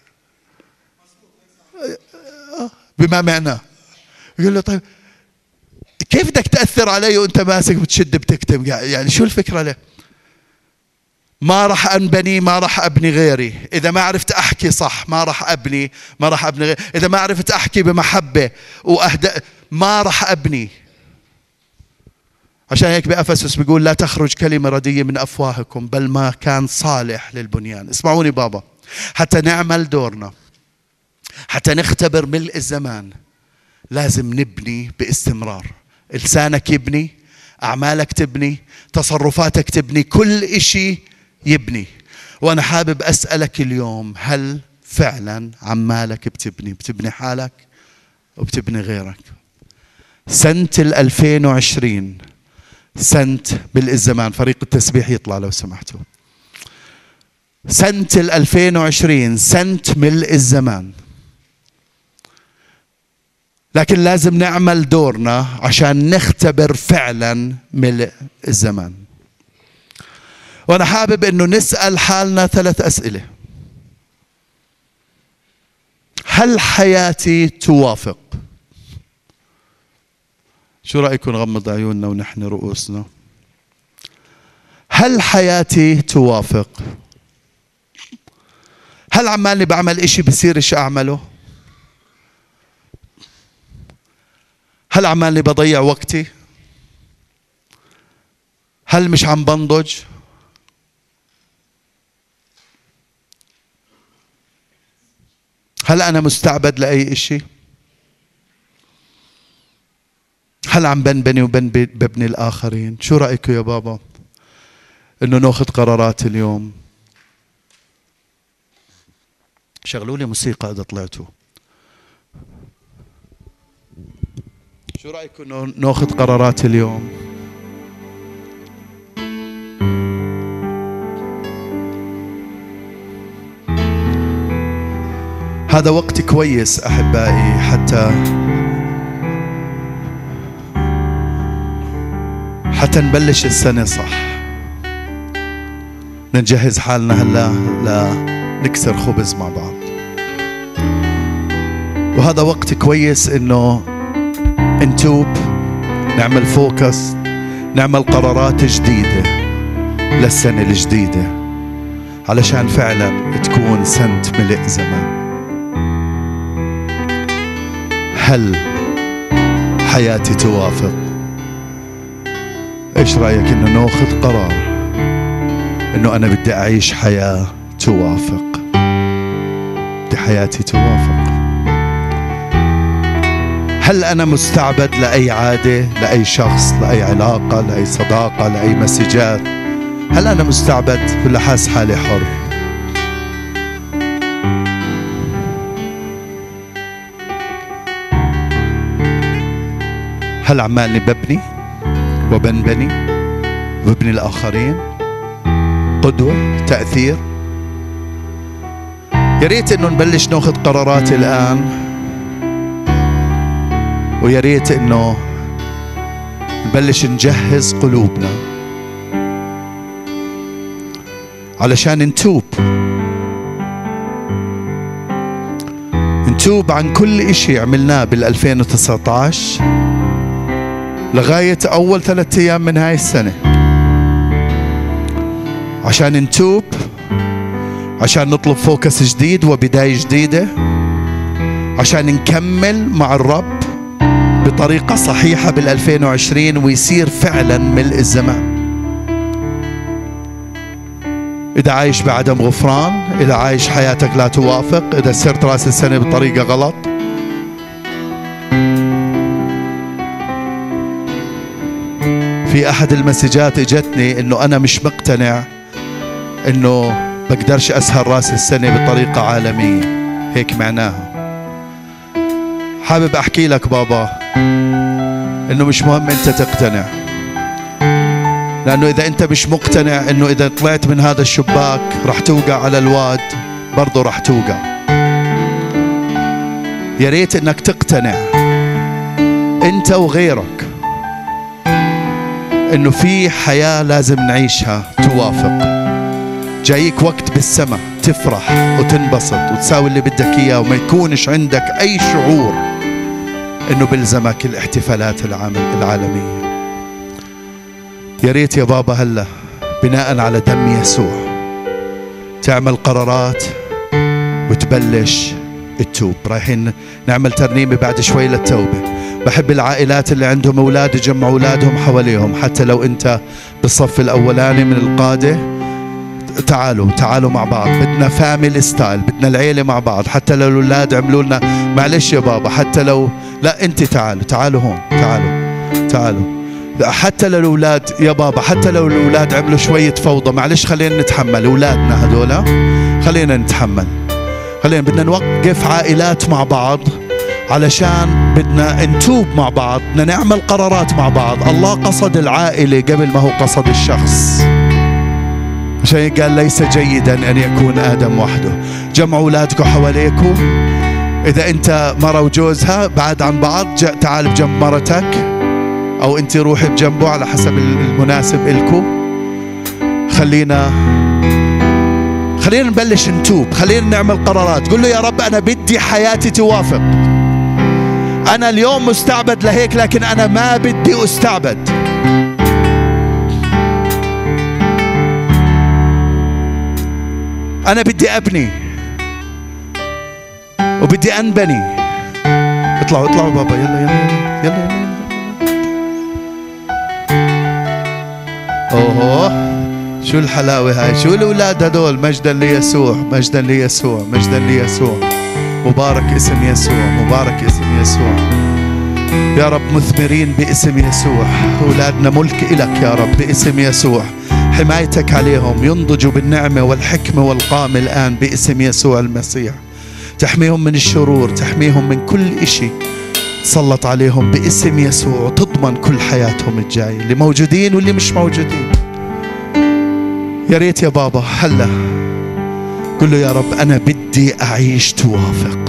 [SPEAKER 1] بما معناه. يقول له طيب كيف بدك تأثر علي وانت ماسك بتشد بتكتم؟ يعني شو الفكرة له؟ ما راح أنبني، ما راح أبني غيري. إذا ما عرفت أحكي صح ما راح أبني غيري. إذا ما عرفت أحكي بمحبة وأهدأ ما راح أبني. عشان هيك بأفسس بيقول لا تخرج كلمة ردية من أفواهكم بل ما كان صالح للبنيان. اسمعوني بابا، حتى نعمل دورنا، حتى نختبر ملء الزمان، لازم نبني باستمرار. لسانك يبني، أعمالك تبني، تصرفاتك تبني، كل إشي يبني. وأنا حابب أسألك اليوم، هل فعلا عمالك بتبني حالك وبتبني غيرك؟ سنة 2020 سنة ملء الزمان. فريق التسبيح يطلع لو سمحتوا. سنة 2020 سنة ملء الزمان، لكن لازم نعمل دورنا عشان نختبر فعلا ملء الزمان. وأنا حابب أنه نسأل حالنا 3 أسئلة. هل حياتي توافق؟ شو رأيكم نغمض عيوننا ونحن رؤوسنا؟ هل حياتي توافق؟ هل عمالي بعمل إشي بصيرش أعمله؟ هل عمالي بضيع وقتي؟ هل مش عم بنضج؟ هل أنا مستعبد لأي إشي؟ هل عم بنبني وببني الآخرين؟ شو رأيكم يا بابا إنه ناخذ قرارات اليوم؟ شغلوا لي موسيقى إذا طلعتوا. شو رأيكم إنه ناخذ قرارات اليوم؟ هذا وقت كويس أحبائي حتى نبلش السنة صح. نجهز حالنا هلا لنكسر خبز مع بعض. وهذا وقت كويس إنه نتوب، نعمل فوكس، نعمل قرارات جديدة للسنة الجديدة علشان فعلا تكون سنة ملء زمان. هل حياتي توافق؟ ايش رأيك انه ناخذ قرار انه انا بدي اعيش حياة توافق، بدي حياتي توافق. هل انا مستعبد لأي عادة، لأي شخص، لأي علاقة، لأي صداقة، لأي مسجات؟ هل أنا مستعبد ولا حاس حالي حر؟ هل عمالي ببني وبنبني وببني الآخرين قدوة تأثير؟ يا ريت إنه نبلش ناخذ قرارات الآن، ويا ريت إنه نبلش نجهز قلوبنا علشان نتوب عن كل إشي عملناه بال2019 لغاية أول 3 أيام من هاي السنة، عشان نتوب، عشان نطلب فوكس جديد وبداية جديدة، عشان نكمل مع الرب بطريقة صحيحة بال2020 ويصير فعلا ملء الزمان. إذا عايش بعدم غفران، إذا عايش حياتك لا توافق، إذا سرت رأس السنة بطريقة غلط، في أحد المسجات اجتني إنه أنا مش مقتنع إنه بقدرش أسهر رأس السنة بطريقة عالمية، هيك معناها. حابب أحكي لك بابا إنه مش مهم أنت تقتنع، لأنه إذا أنت مش مقتنع إنه إذا طلعت من هذا الشباك رح توقع على الواد، برضو رح توقع. يا ريت إنك تقتنع أنت وغيرك إنه في حياة لازم نعيشها توافق. جايك وقت بالسماء تفرح وتنبسط وتساوي اللي بدك إياه، وما يكونش عندك أي شعور إنه بلزمك الاحتفالات العالمية. يا ريت يا بابا هلا بناء على دم يسوع تعمل قرارات وتبلش التوب. رايحين نعمل ترنيمة بعد شوي للتوبة. بحب العائلات اللي عندهم أولاد يجمعوا أولادهم حواليهم، حتى لو أنت بالصف الأولاني من القادة، تعالوا مع بعض. بدنا فاميلي ستايل، بدنا العيلة مع بعض. حتى لو الأولاد عملوا لنا معلش يا بابا، حتى لو لا أنت تعالوا هون، تعالوا حتى للأولاد يا بابا، حتى لو الأولاد عملوا شوية فوضى معلش خلينا نتحمل، أولادنا هذولا خلينا نتحمل. بدنا نوقف عائلات مع بعض علشان بدنا نتوب مع بعض، بدنا نعمل قرارات مع بعض. الله قصد العائلة قبل ما هو قصد الشخص، عشان قال ليس جيدا أن يكون آدم وحده. جمعوا أولادكم حواليكم. إذا أنت مرة وجوزها بعد عن بعض، تعال بجنب مرتك، أو أنت روحي بجنبه على حسب المناسب إلكم. خلينا نبلش نتوب، خلينا نعمل قرارات. قل له يا رب أنا بدي حياتي توافق. أنا اليوم مستعبد لهيك، لكن أنا ما بدي أستعبد. أنا بدي أبني وبدي أنبني. اطلعوا بابا، يلا. أوه شو الحلاوة هاي، شو الأولاد هدول. مجدا ليسوع، مجدا ليسوع، مجدا ليسوع. مبارك اسم يسوع، مبارك اسم يسوع يا رب. مثمرين باسم يسوع. أولادنا ملك إلك يا رب باسم يسوع. حمايتك عليهم، ينضجوا بالنعمة والحكمة والقامة الآن باسم يسوع المسيح. تحميهم من الشرور، تحميهم من كل إشي تسلط عليهم باسم يسوع، وتضمن كل حياتهم الجاية، اللي موجودين واللي مش موجودين. يا ريت يا بابا هلا قل له يا رب أنا بدي أعيش توافق.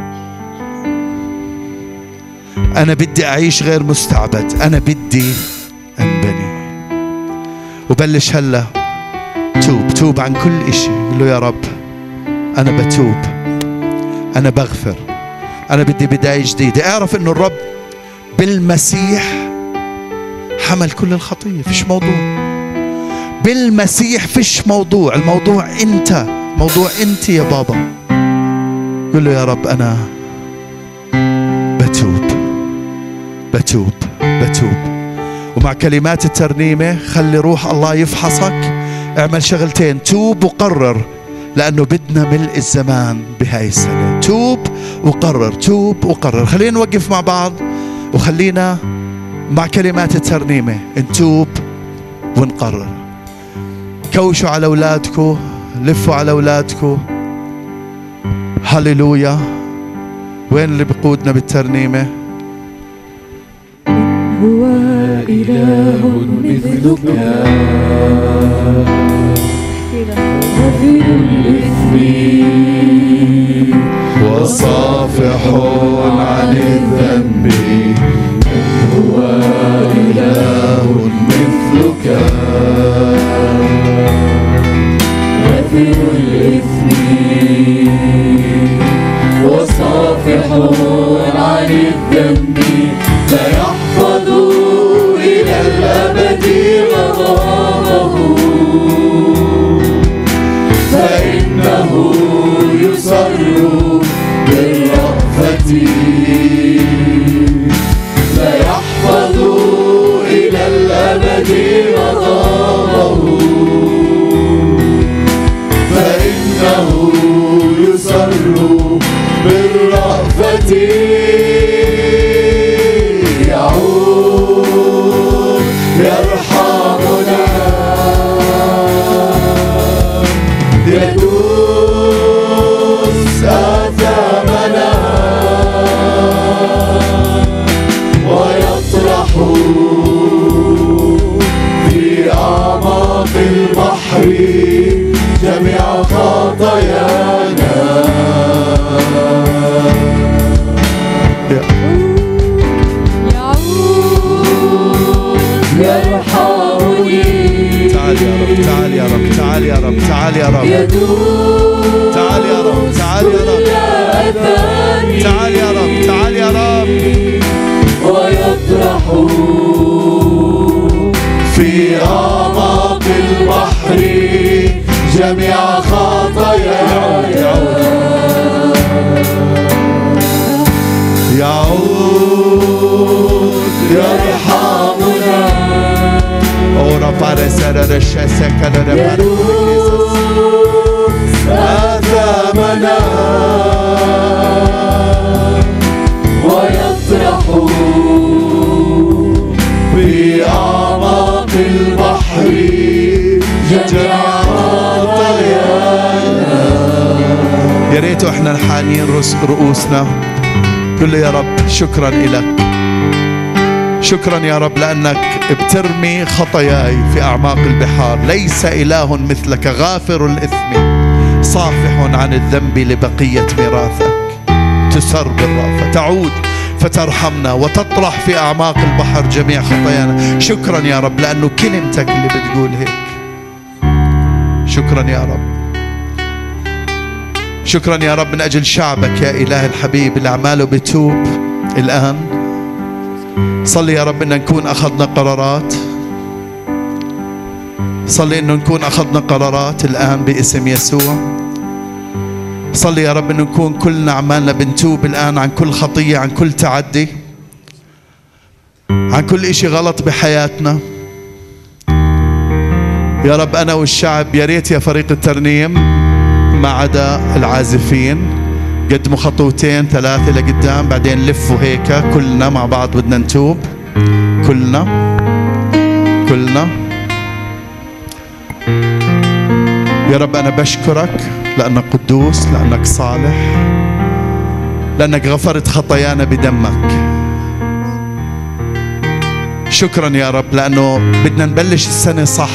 [SPEAKER 1] أنا بدي أعيش غير مستعبد. أنا بدي أنبني. وبلش هلا توب عن كل إشي. قل له يا رب أنا بتوب، أنا بغفر، أنا بدي بداية جديدة. اعرف إنه الرب بالمسيح حمل كل الخطية، فيش موضوع. بالمسيح فيش موضوع. الموضوع أنت، موضوع أنت يا بابا. قل له يا رب أنا بتوب. ومع كلمات الترنيمة خلي روح الله يفحصك. اعمل شغلتين، توب وقرر، لأنه بدنا ملء الزمان بهاي السنة. توب وقرر. خلينا نوقف مع بعض، وخلينا مع كلمات الترنيمة نتوب ونقرر. كوشوا على أولادكم، لفوا على أولادكم. هللويا. وين اللي بقودنا بالترنيمة؟
[SPEAKER 3] هو إله مثلك غفير الإثم
[SPEAKER 1] وصافح عن الذنب.
[SPEAKER 3] هو إله مثلك غفير الإثم وصافح عن الذنب لا يحفظ إلى الأبد غضبه فإنه يصر بالرأفة لا يحفظ إلى الأبد غضبه فإنه يصر بالرأفة يعود يرحمنا يدوس آثامنا ويطرح في أعماق البحر جميع خطايانا. يرحمني.
[SPEAKER 1] تعال يا رب، تعال يا رب، تعال يا رب، تعال يا رب، تعال يا رب، تعال يا رب، تعال يا رب، تعال يا رب.
[SPEAKER 3] ويطرح في أعماق البحر جميع خطايانا.
[SPEAKER 1] يعود يرحمنا. Ora pare sarà scesa cadere pare
[SPEAKER 3] آثامنا ويطرح في أعماق البحر جميع خطايانا.
[SPEAKER 1] يا ريت احنا نحانين رؤوسنا قل له يا رب شكرا لك، شكرا يا رب لأنك بترمي خطاياي في أعماق البحار. ليس إله مثلك غافر الإثم صافح عن الذنب لبقية ميراثك. تسر بالرأفة، تعود فترحمنا وتطرح في أعماق البحر جميع خطايانا. شكرا يا رب لأنه كلمتك اللي بتقول هيك. شكرا يا رب، شكرا يا رب من أجل شعبك يا إله الحبيب اللي أعماله بتوب الآن. صلي يا رب إن نكون أخذنا قرارات، صلي إنه نكون أخذنا قرارات الآن باسم يسوع. صلي يا رب إنه نكون كلنا عمالنا بنتوب الآن عن كل خطية، عن كل تعدي، عن كل إشي غلط بحياتنا. يا رب أنا والشعب، يا ريت يا فريق الترنيم ما عدا العازفين قدموا خطوتين ثلاثة لقدام، بعدين لفوا هيك كلنا مع بعض بدنا نتوب. كلنا يا رب أنا بشكرك لأنك قدوس، لأنك صالح، لأنك غفرت خطايانا بدمك. شكرا يا رب لأنه بدنا نبلش السنة صح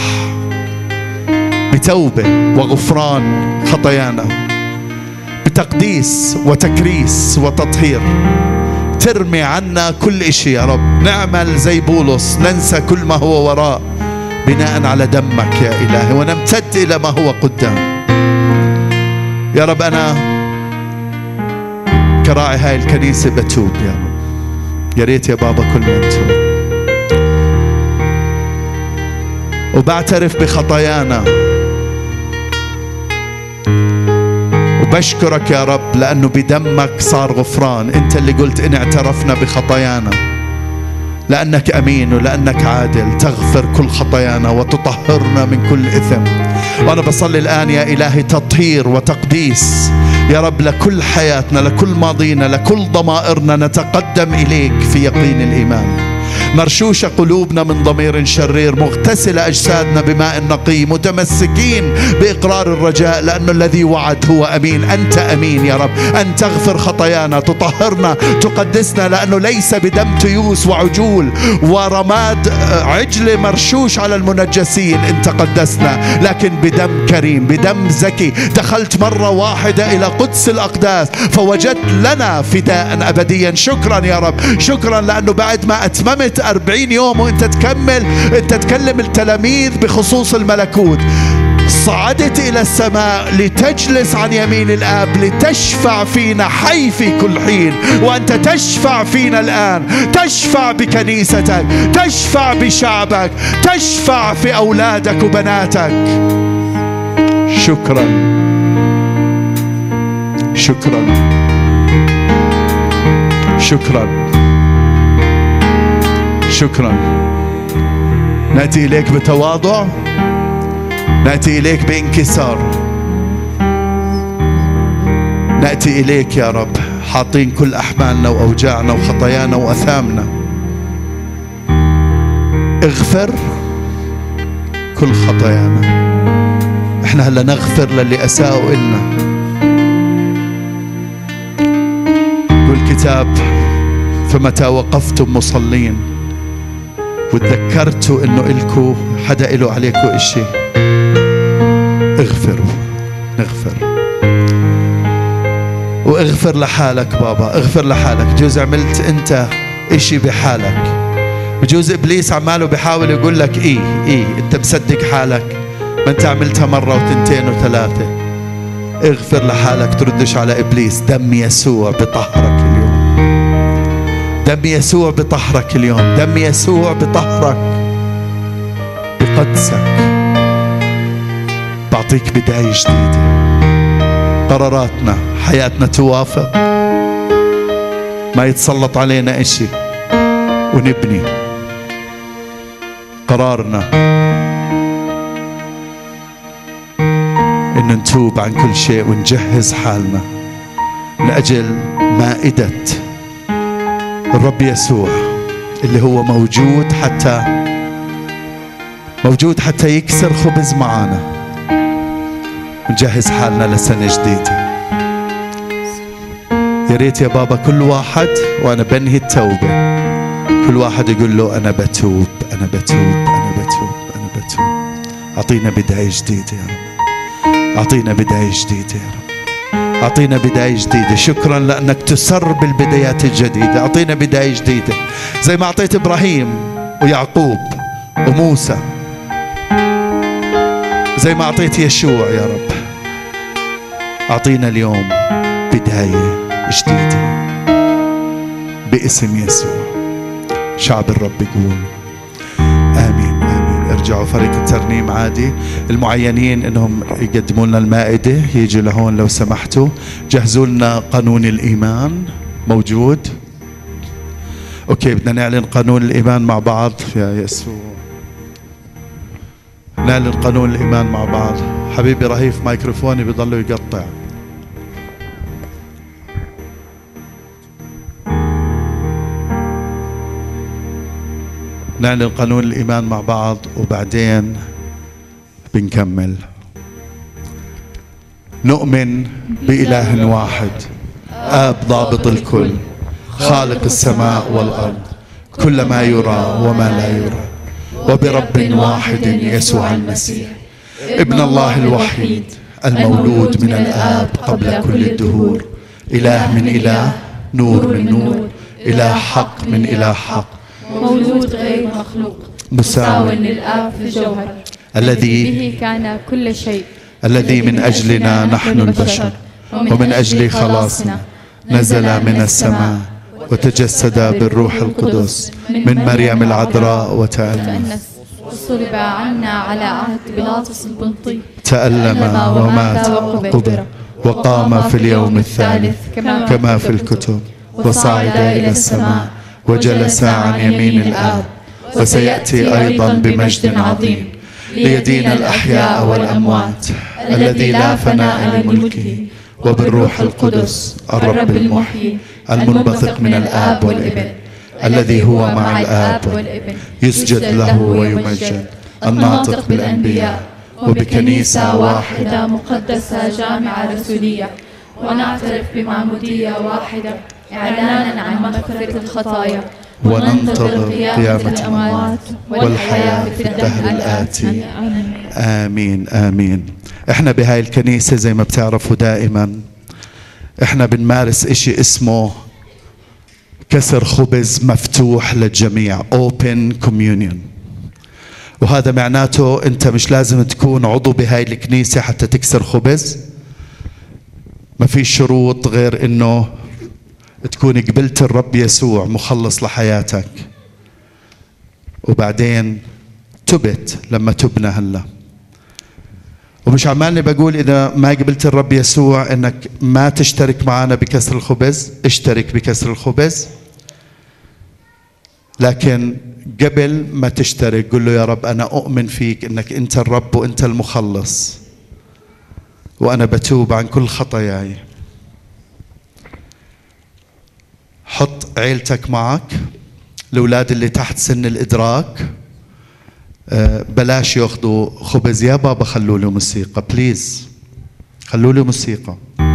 [SPEAKER 1] بتوبة وغفران خطايانا، بتقديس وتكريس وتطهير. ترمي عنا كل إشي يا رب، نعمل زي بولس ننسى كل ما هو وراء بناء على دمك يا إلهي، ونمتد إلى ما هو قدام. يا رب أنا كراعي هاي الكنيسة بتوب يا رب. يا ريت يا بابا كلنا نتوب وبعترف بخطايانا، وبشكرك يا رب لأنه بدمك صار غفران. أنت اللي قلت إن اعترفنا بخطايانا لأنك أمين ولأنك عادل تغفر كل خطايانا وتطهرنا من كل إثم. وأنا بصلي الآن يا إلهي تطهير وتقديس يا رب لكل حياتنا، لكل ماضينا، لكل ضمائرنا. نتقدم إليك في يقين الإيمان. مرشوشة قلوبنا من ضمير شرير، مغتسلة أجسادنا بماء نقي، متمسكين بإقرار الرجاء، لأن الذي وعد هو أمين. أنت أمين يا رب أن تغفر خطايانا، تطهرنا، تقدسنا، لأنه ليس بدم تيوس وعجول ورماد عجل مرشوش على المنجسين أنت قدسنا، لكن بدم كريم، بدم زكي. دخلت مرة واحدة إلى قدس الأقداس فوجدت لنا فداء أبديا. شكرا يا رب، شكرا لأنه بعد ما أتممت 40 يوم وأنت تكلم التلاميذ بخصوص الملكوت، صعدت إلى السماء لتجلس عن يمين الآب لتشفع فينا حي في كل حين. وأنت تشفع فينا الآن، تشفع بكنيستك، تشفع بشعبك، تشفع في أولادك وبناتك. شكرا شكرا شكرا شكرا. نأتي إليك بتواضع، نأتي إليك بانكسار، نأتي إليك يا رب حاطين كل أحمالنا وأوجاعنا وخطايانا وأثامنا. اغفر كل خطايانا. احنا هلا نغفر للي أساءوا إلنا. يقول الكتاب فمتى وقفتم مصلين وتذكرتوا إنه إلكو حدا إله عليكو إشي، اغفروا. نغفر واغفر لحالك بابا، اغفر لحالك. بجوز عملت انت اشي بحالك، بجوز ابليس عماله بحاول يقول لك ايه انت مصدق حالك، ما انت عملتها مرة وتنتين وثلاثة. اغفر لحالك، تردش على ابليس. دم يسوع بطهرك اليوم، دم يسوع بطهرك اليوم، دم يسوع بطهرك بقدسك. بعطيك بداية جديدة. قراراتنا، حياتنا توافق، ما يتسلط علينا اشي، ونبني قرارنا ان نتوب عن كل شيء ونجهز حالنا لأجل مائدة الرب يسوع اللي هو موجود حتى يكسر خبز معانا. نجهز حالنا لسنة جديدة. يا ريت يا بابا كل واحد وأنا بنهي التوبة، كل واحد يقول له أنا بتوب، أنا بتوب، أنا بتوب، أنا بتوب. أعطينا بداية جديدة يا رب، أعطينا بداية جديدة يا رب، أعطينا بداية جديدة. شكرا لأنك تسر بالبدايات الجديدة. أعطينا بداية جديدة زي ما أعطيت إبراهيم ويعقوب وموسى، زي ما أعطيت يشوع يا رب. أعطينا اليوم بداية جديدة باسم يسوع. شعب الرب يقول آمين آمين. ارجعوا فريق الترنيم عادي، المعينين انهم يقدموا لنا المائدة يجوا لهون لو سمحتوا. جهزوا لنا قانون الإيمان موجود. اوكي، بدنا نعلن قانون الإيمان مع بعض. يا يسوع نعلن قانون الإيمان مع بعض. حبيبي رهيف مايكروفوني بيضلوا يقطع. نعلن قانون الإيمان مع بعض وبعدين بنكمل. نؤمن بإله واحد، آب ضابط الكل، خالق السماء والأرض، كل ما يرى وما لا يرى، وبرب واحد يسوع المسيح ابن الله الوحيد المولود من الآب قبل كل الدهور، إله من إله، نور من نور، إله حق من إله حق،
[SPEAKER 4] مولود غير مخلوق، مساو للآب في الجوهر، الذي به كان كل شيء، الذي من أجلنا نحن البشر ومن أجل خلاصنا نزل من السماء وتجسد بالروح القدس من مريم العذراء وتأنس، وصلب عنا على عهد بيلاطس البنطي، تألم ومات وقبر وقام في اليوم الثالث كما في الكتب، وصعد إلى السماء وجلس عن يمين الآب، وسيأتي أيضا بمجد عظيم ليدين الأحياء والأموات، الذي لا فناء لملكه، وبالروح القدس الرب المحيي المنبثق من الآب والابن،
[SPEAKER 1] الذي هو مع الآب
[SPEAKER 4] والابن
[SPEAKER 1] يسجد له ويمجد، الناطق بالأنبياء
[SPEAKER 4] وبكنيسة واحدة مقدسة جامعة رسولية، ونعترف بمعمودية واحدة إعلانا عن مغفرة الخطايا،
[SPEAKER 1] وننتظر قيامة
[SPEAKER 4] الأموات والحياة في الدهر الآتي.
[SPEAKER 1] آمين آمين. إحنا بهاي الكنيسة زي ما بتعرفوا دائما إحنا بنمارس إشي اسمه كسر خبز مفتوح للجميع، Open Communion. وهذا معناته أنت مش لازم تكون عضو بهاي الكنيسة حتى تكسر خبز. ما في شروط غير إنه تكون قبلت الرب يسوع مخلص لحياتك، وبعدين تبت لما تبنى هلا. ومش عمالني بقول إذا ما قبلت الرب يسوع إنك ما تشترك معنا بكسر الخبز، اشترك بكسر الخبز، لكن قبل ما تشترك قل له يا رب أنا أؤمن فيك إنك أنت الرب وأنت المخلص، وأنا بتوب عن كل خطاياي. حط عيلتك معك، الأولاد اللي تحت سن الإدراك بلاش ياخذوا خبز يا بابا، خلوا له موسيقى بليز، خلوا له موسيقى.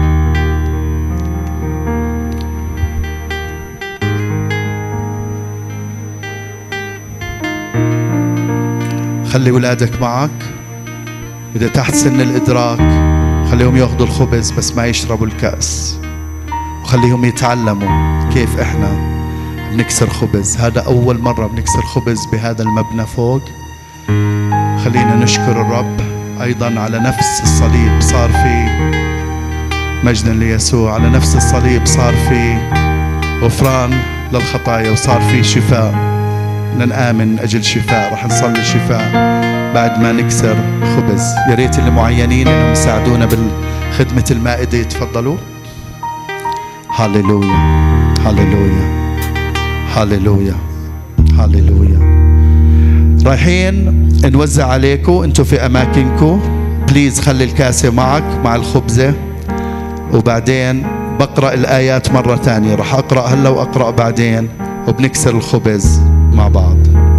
[SPEAKER 1] خلي أولادك معك، إذا تحت سن الإدراك خليهم ياخذوا الخبز بس ما يشربوا الكأس، وخليهم يتعلموا كيف إحنا بنكسر خبز. هذا أول مرة بنكسر خبز بهذا المبنى فوق. خلينا نشكر الرب أيضا على نفس الصليب صار في مجدا ليسوع، على نفس الصليب صار في غفران للخطايا وصار في شفاء. نآمن من أجل شفاء، رح نصلي شفاء بعد ما نكسر خبز. يا ريت اللي معينين إنهم يساعدونا بالخدمة المائدة يتفضلوا. هاليلويا هاليلويا هاليلويا هاليلويا. رايحين نوزع عليكم، انتوا في اماكنكم بليز خلي الكاسة معك مع الخبزة، وبعدين بقرأ الآيات مرة تانية. رح أقرأ هلا وأقرأ بعدين، وبنكسر الخبز مع بعض.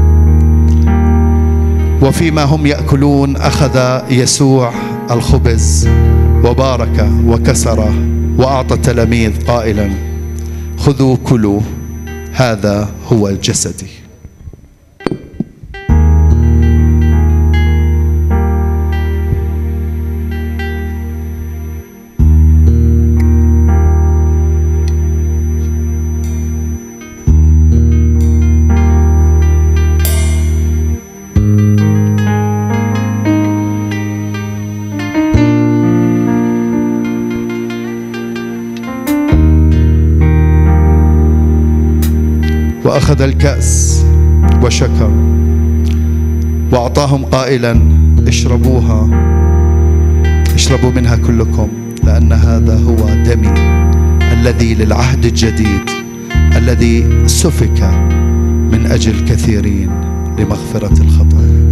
[SPEAKER 1] وفيما هم يأكلون أخذ يسوع الخبز وبارك وكسره وأعطى التلاميذ قائلا خذوا كلوا هذا هو جسدي. وأخذ الكأس وشكر وأعطاهم قائلا اشربوها، اشربوا منها كلكم، لأن هذا هو دمي الذي للعهد الجديد الذي سفك من أجل كثيرين لمغفرة الخطايا.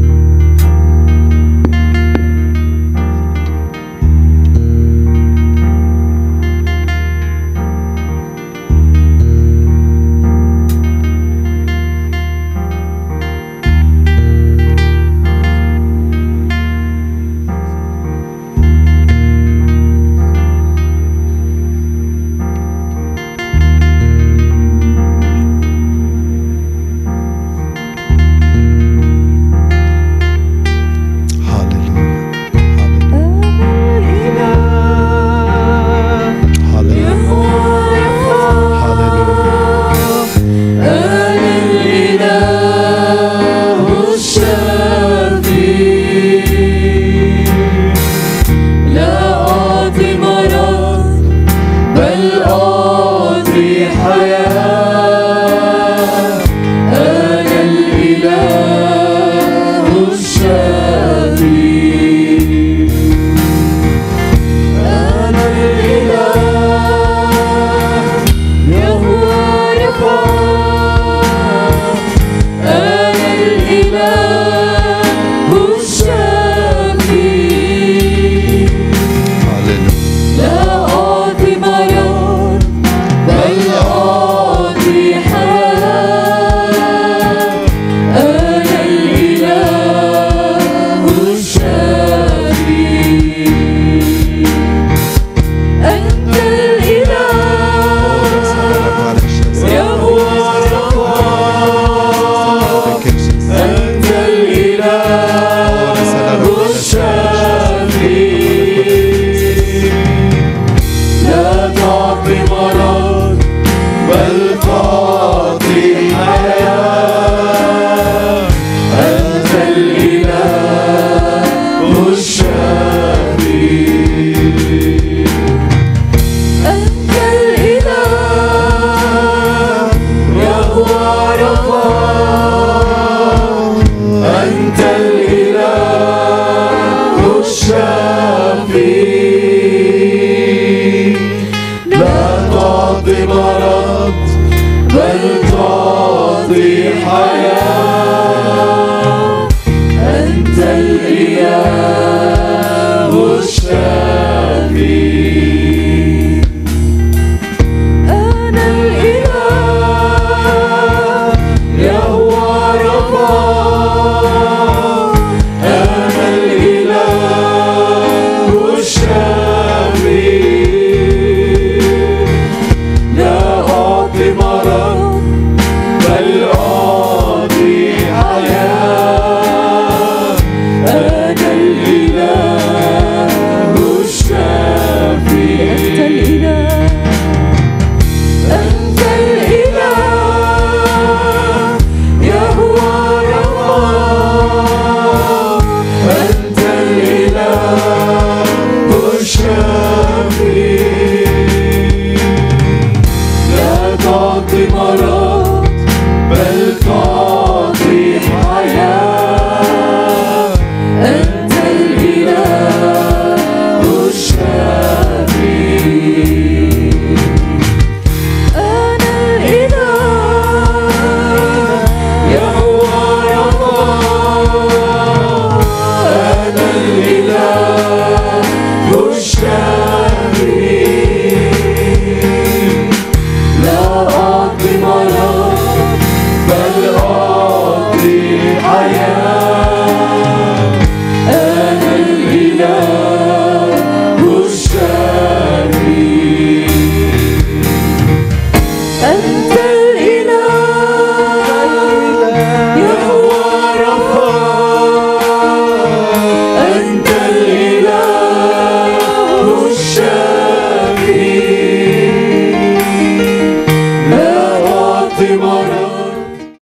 [SPEAKER 3] أعطي مرارة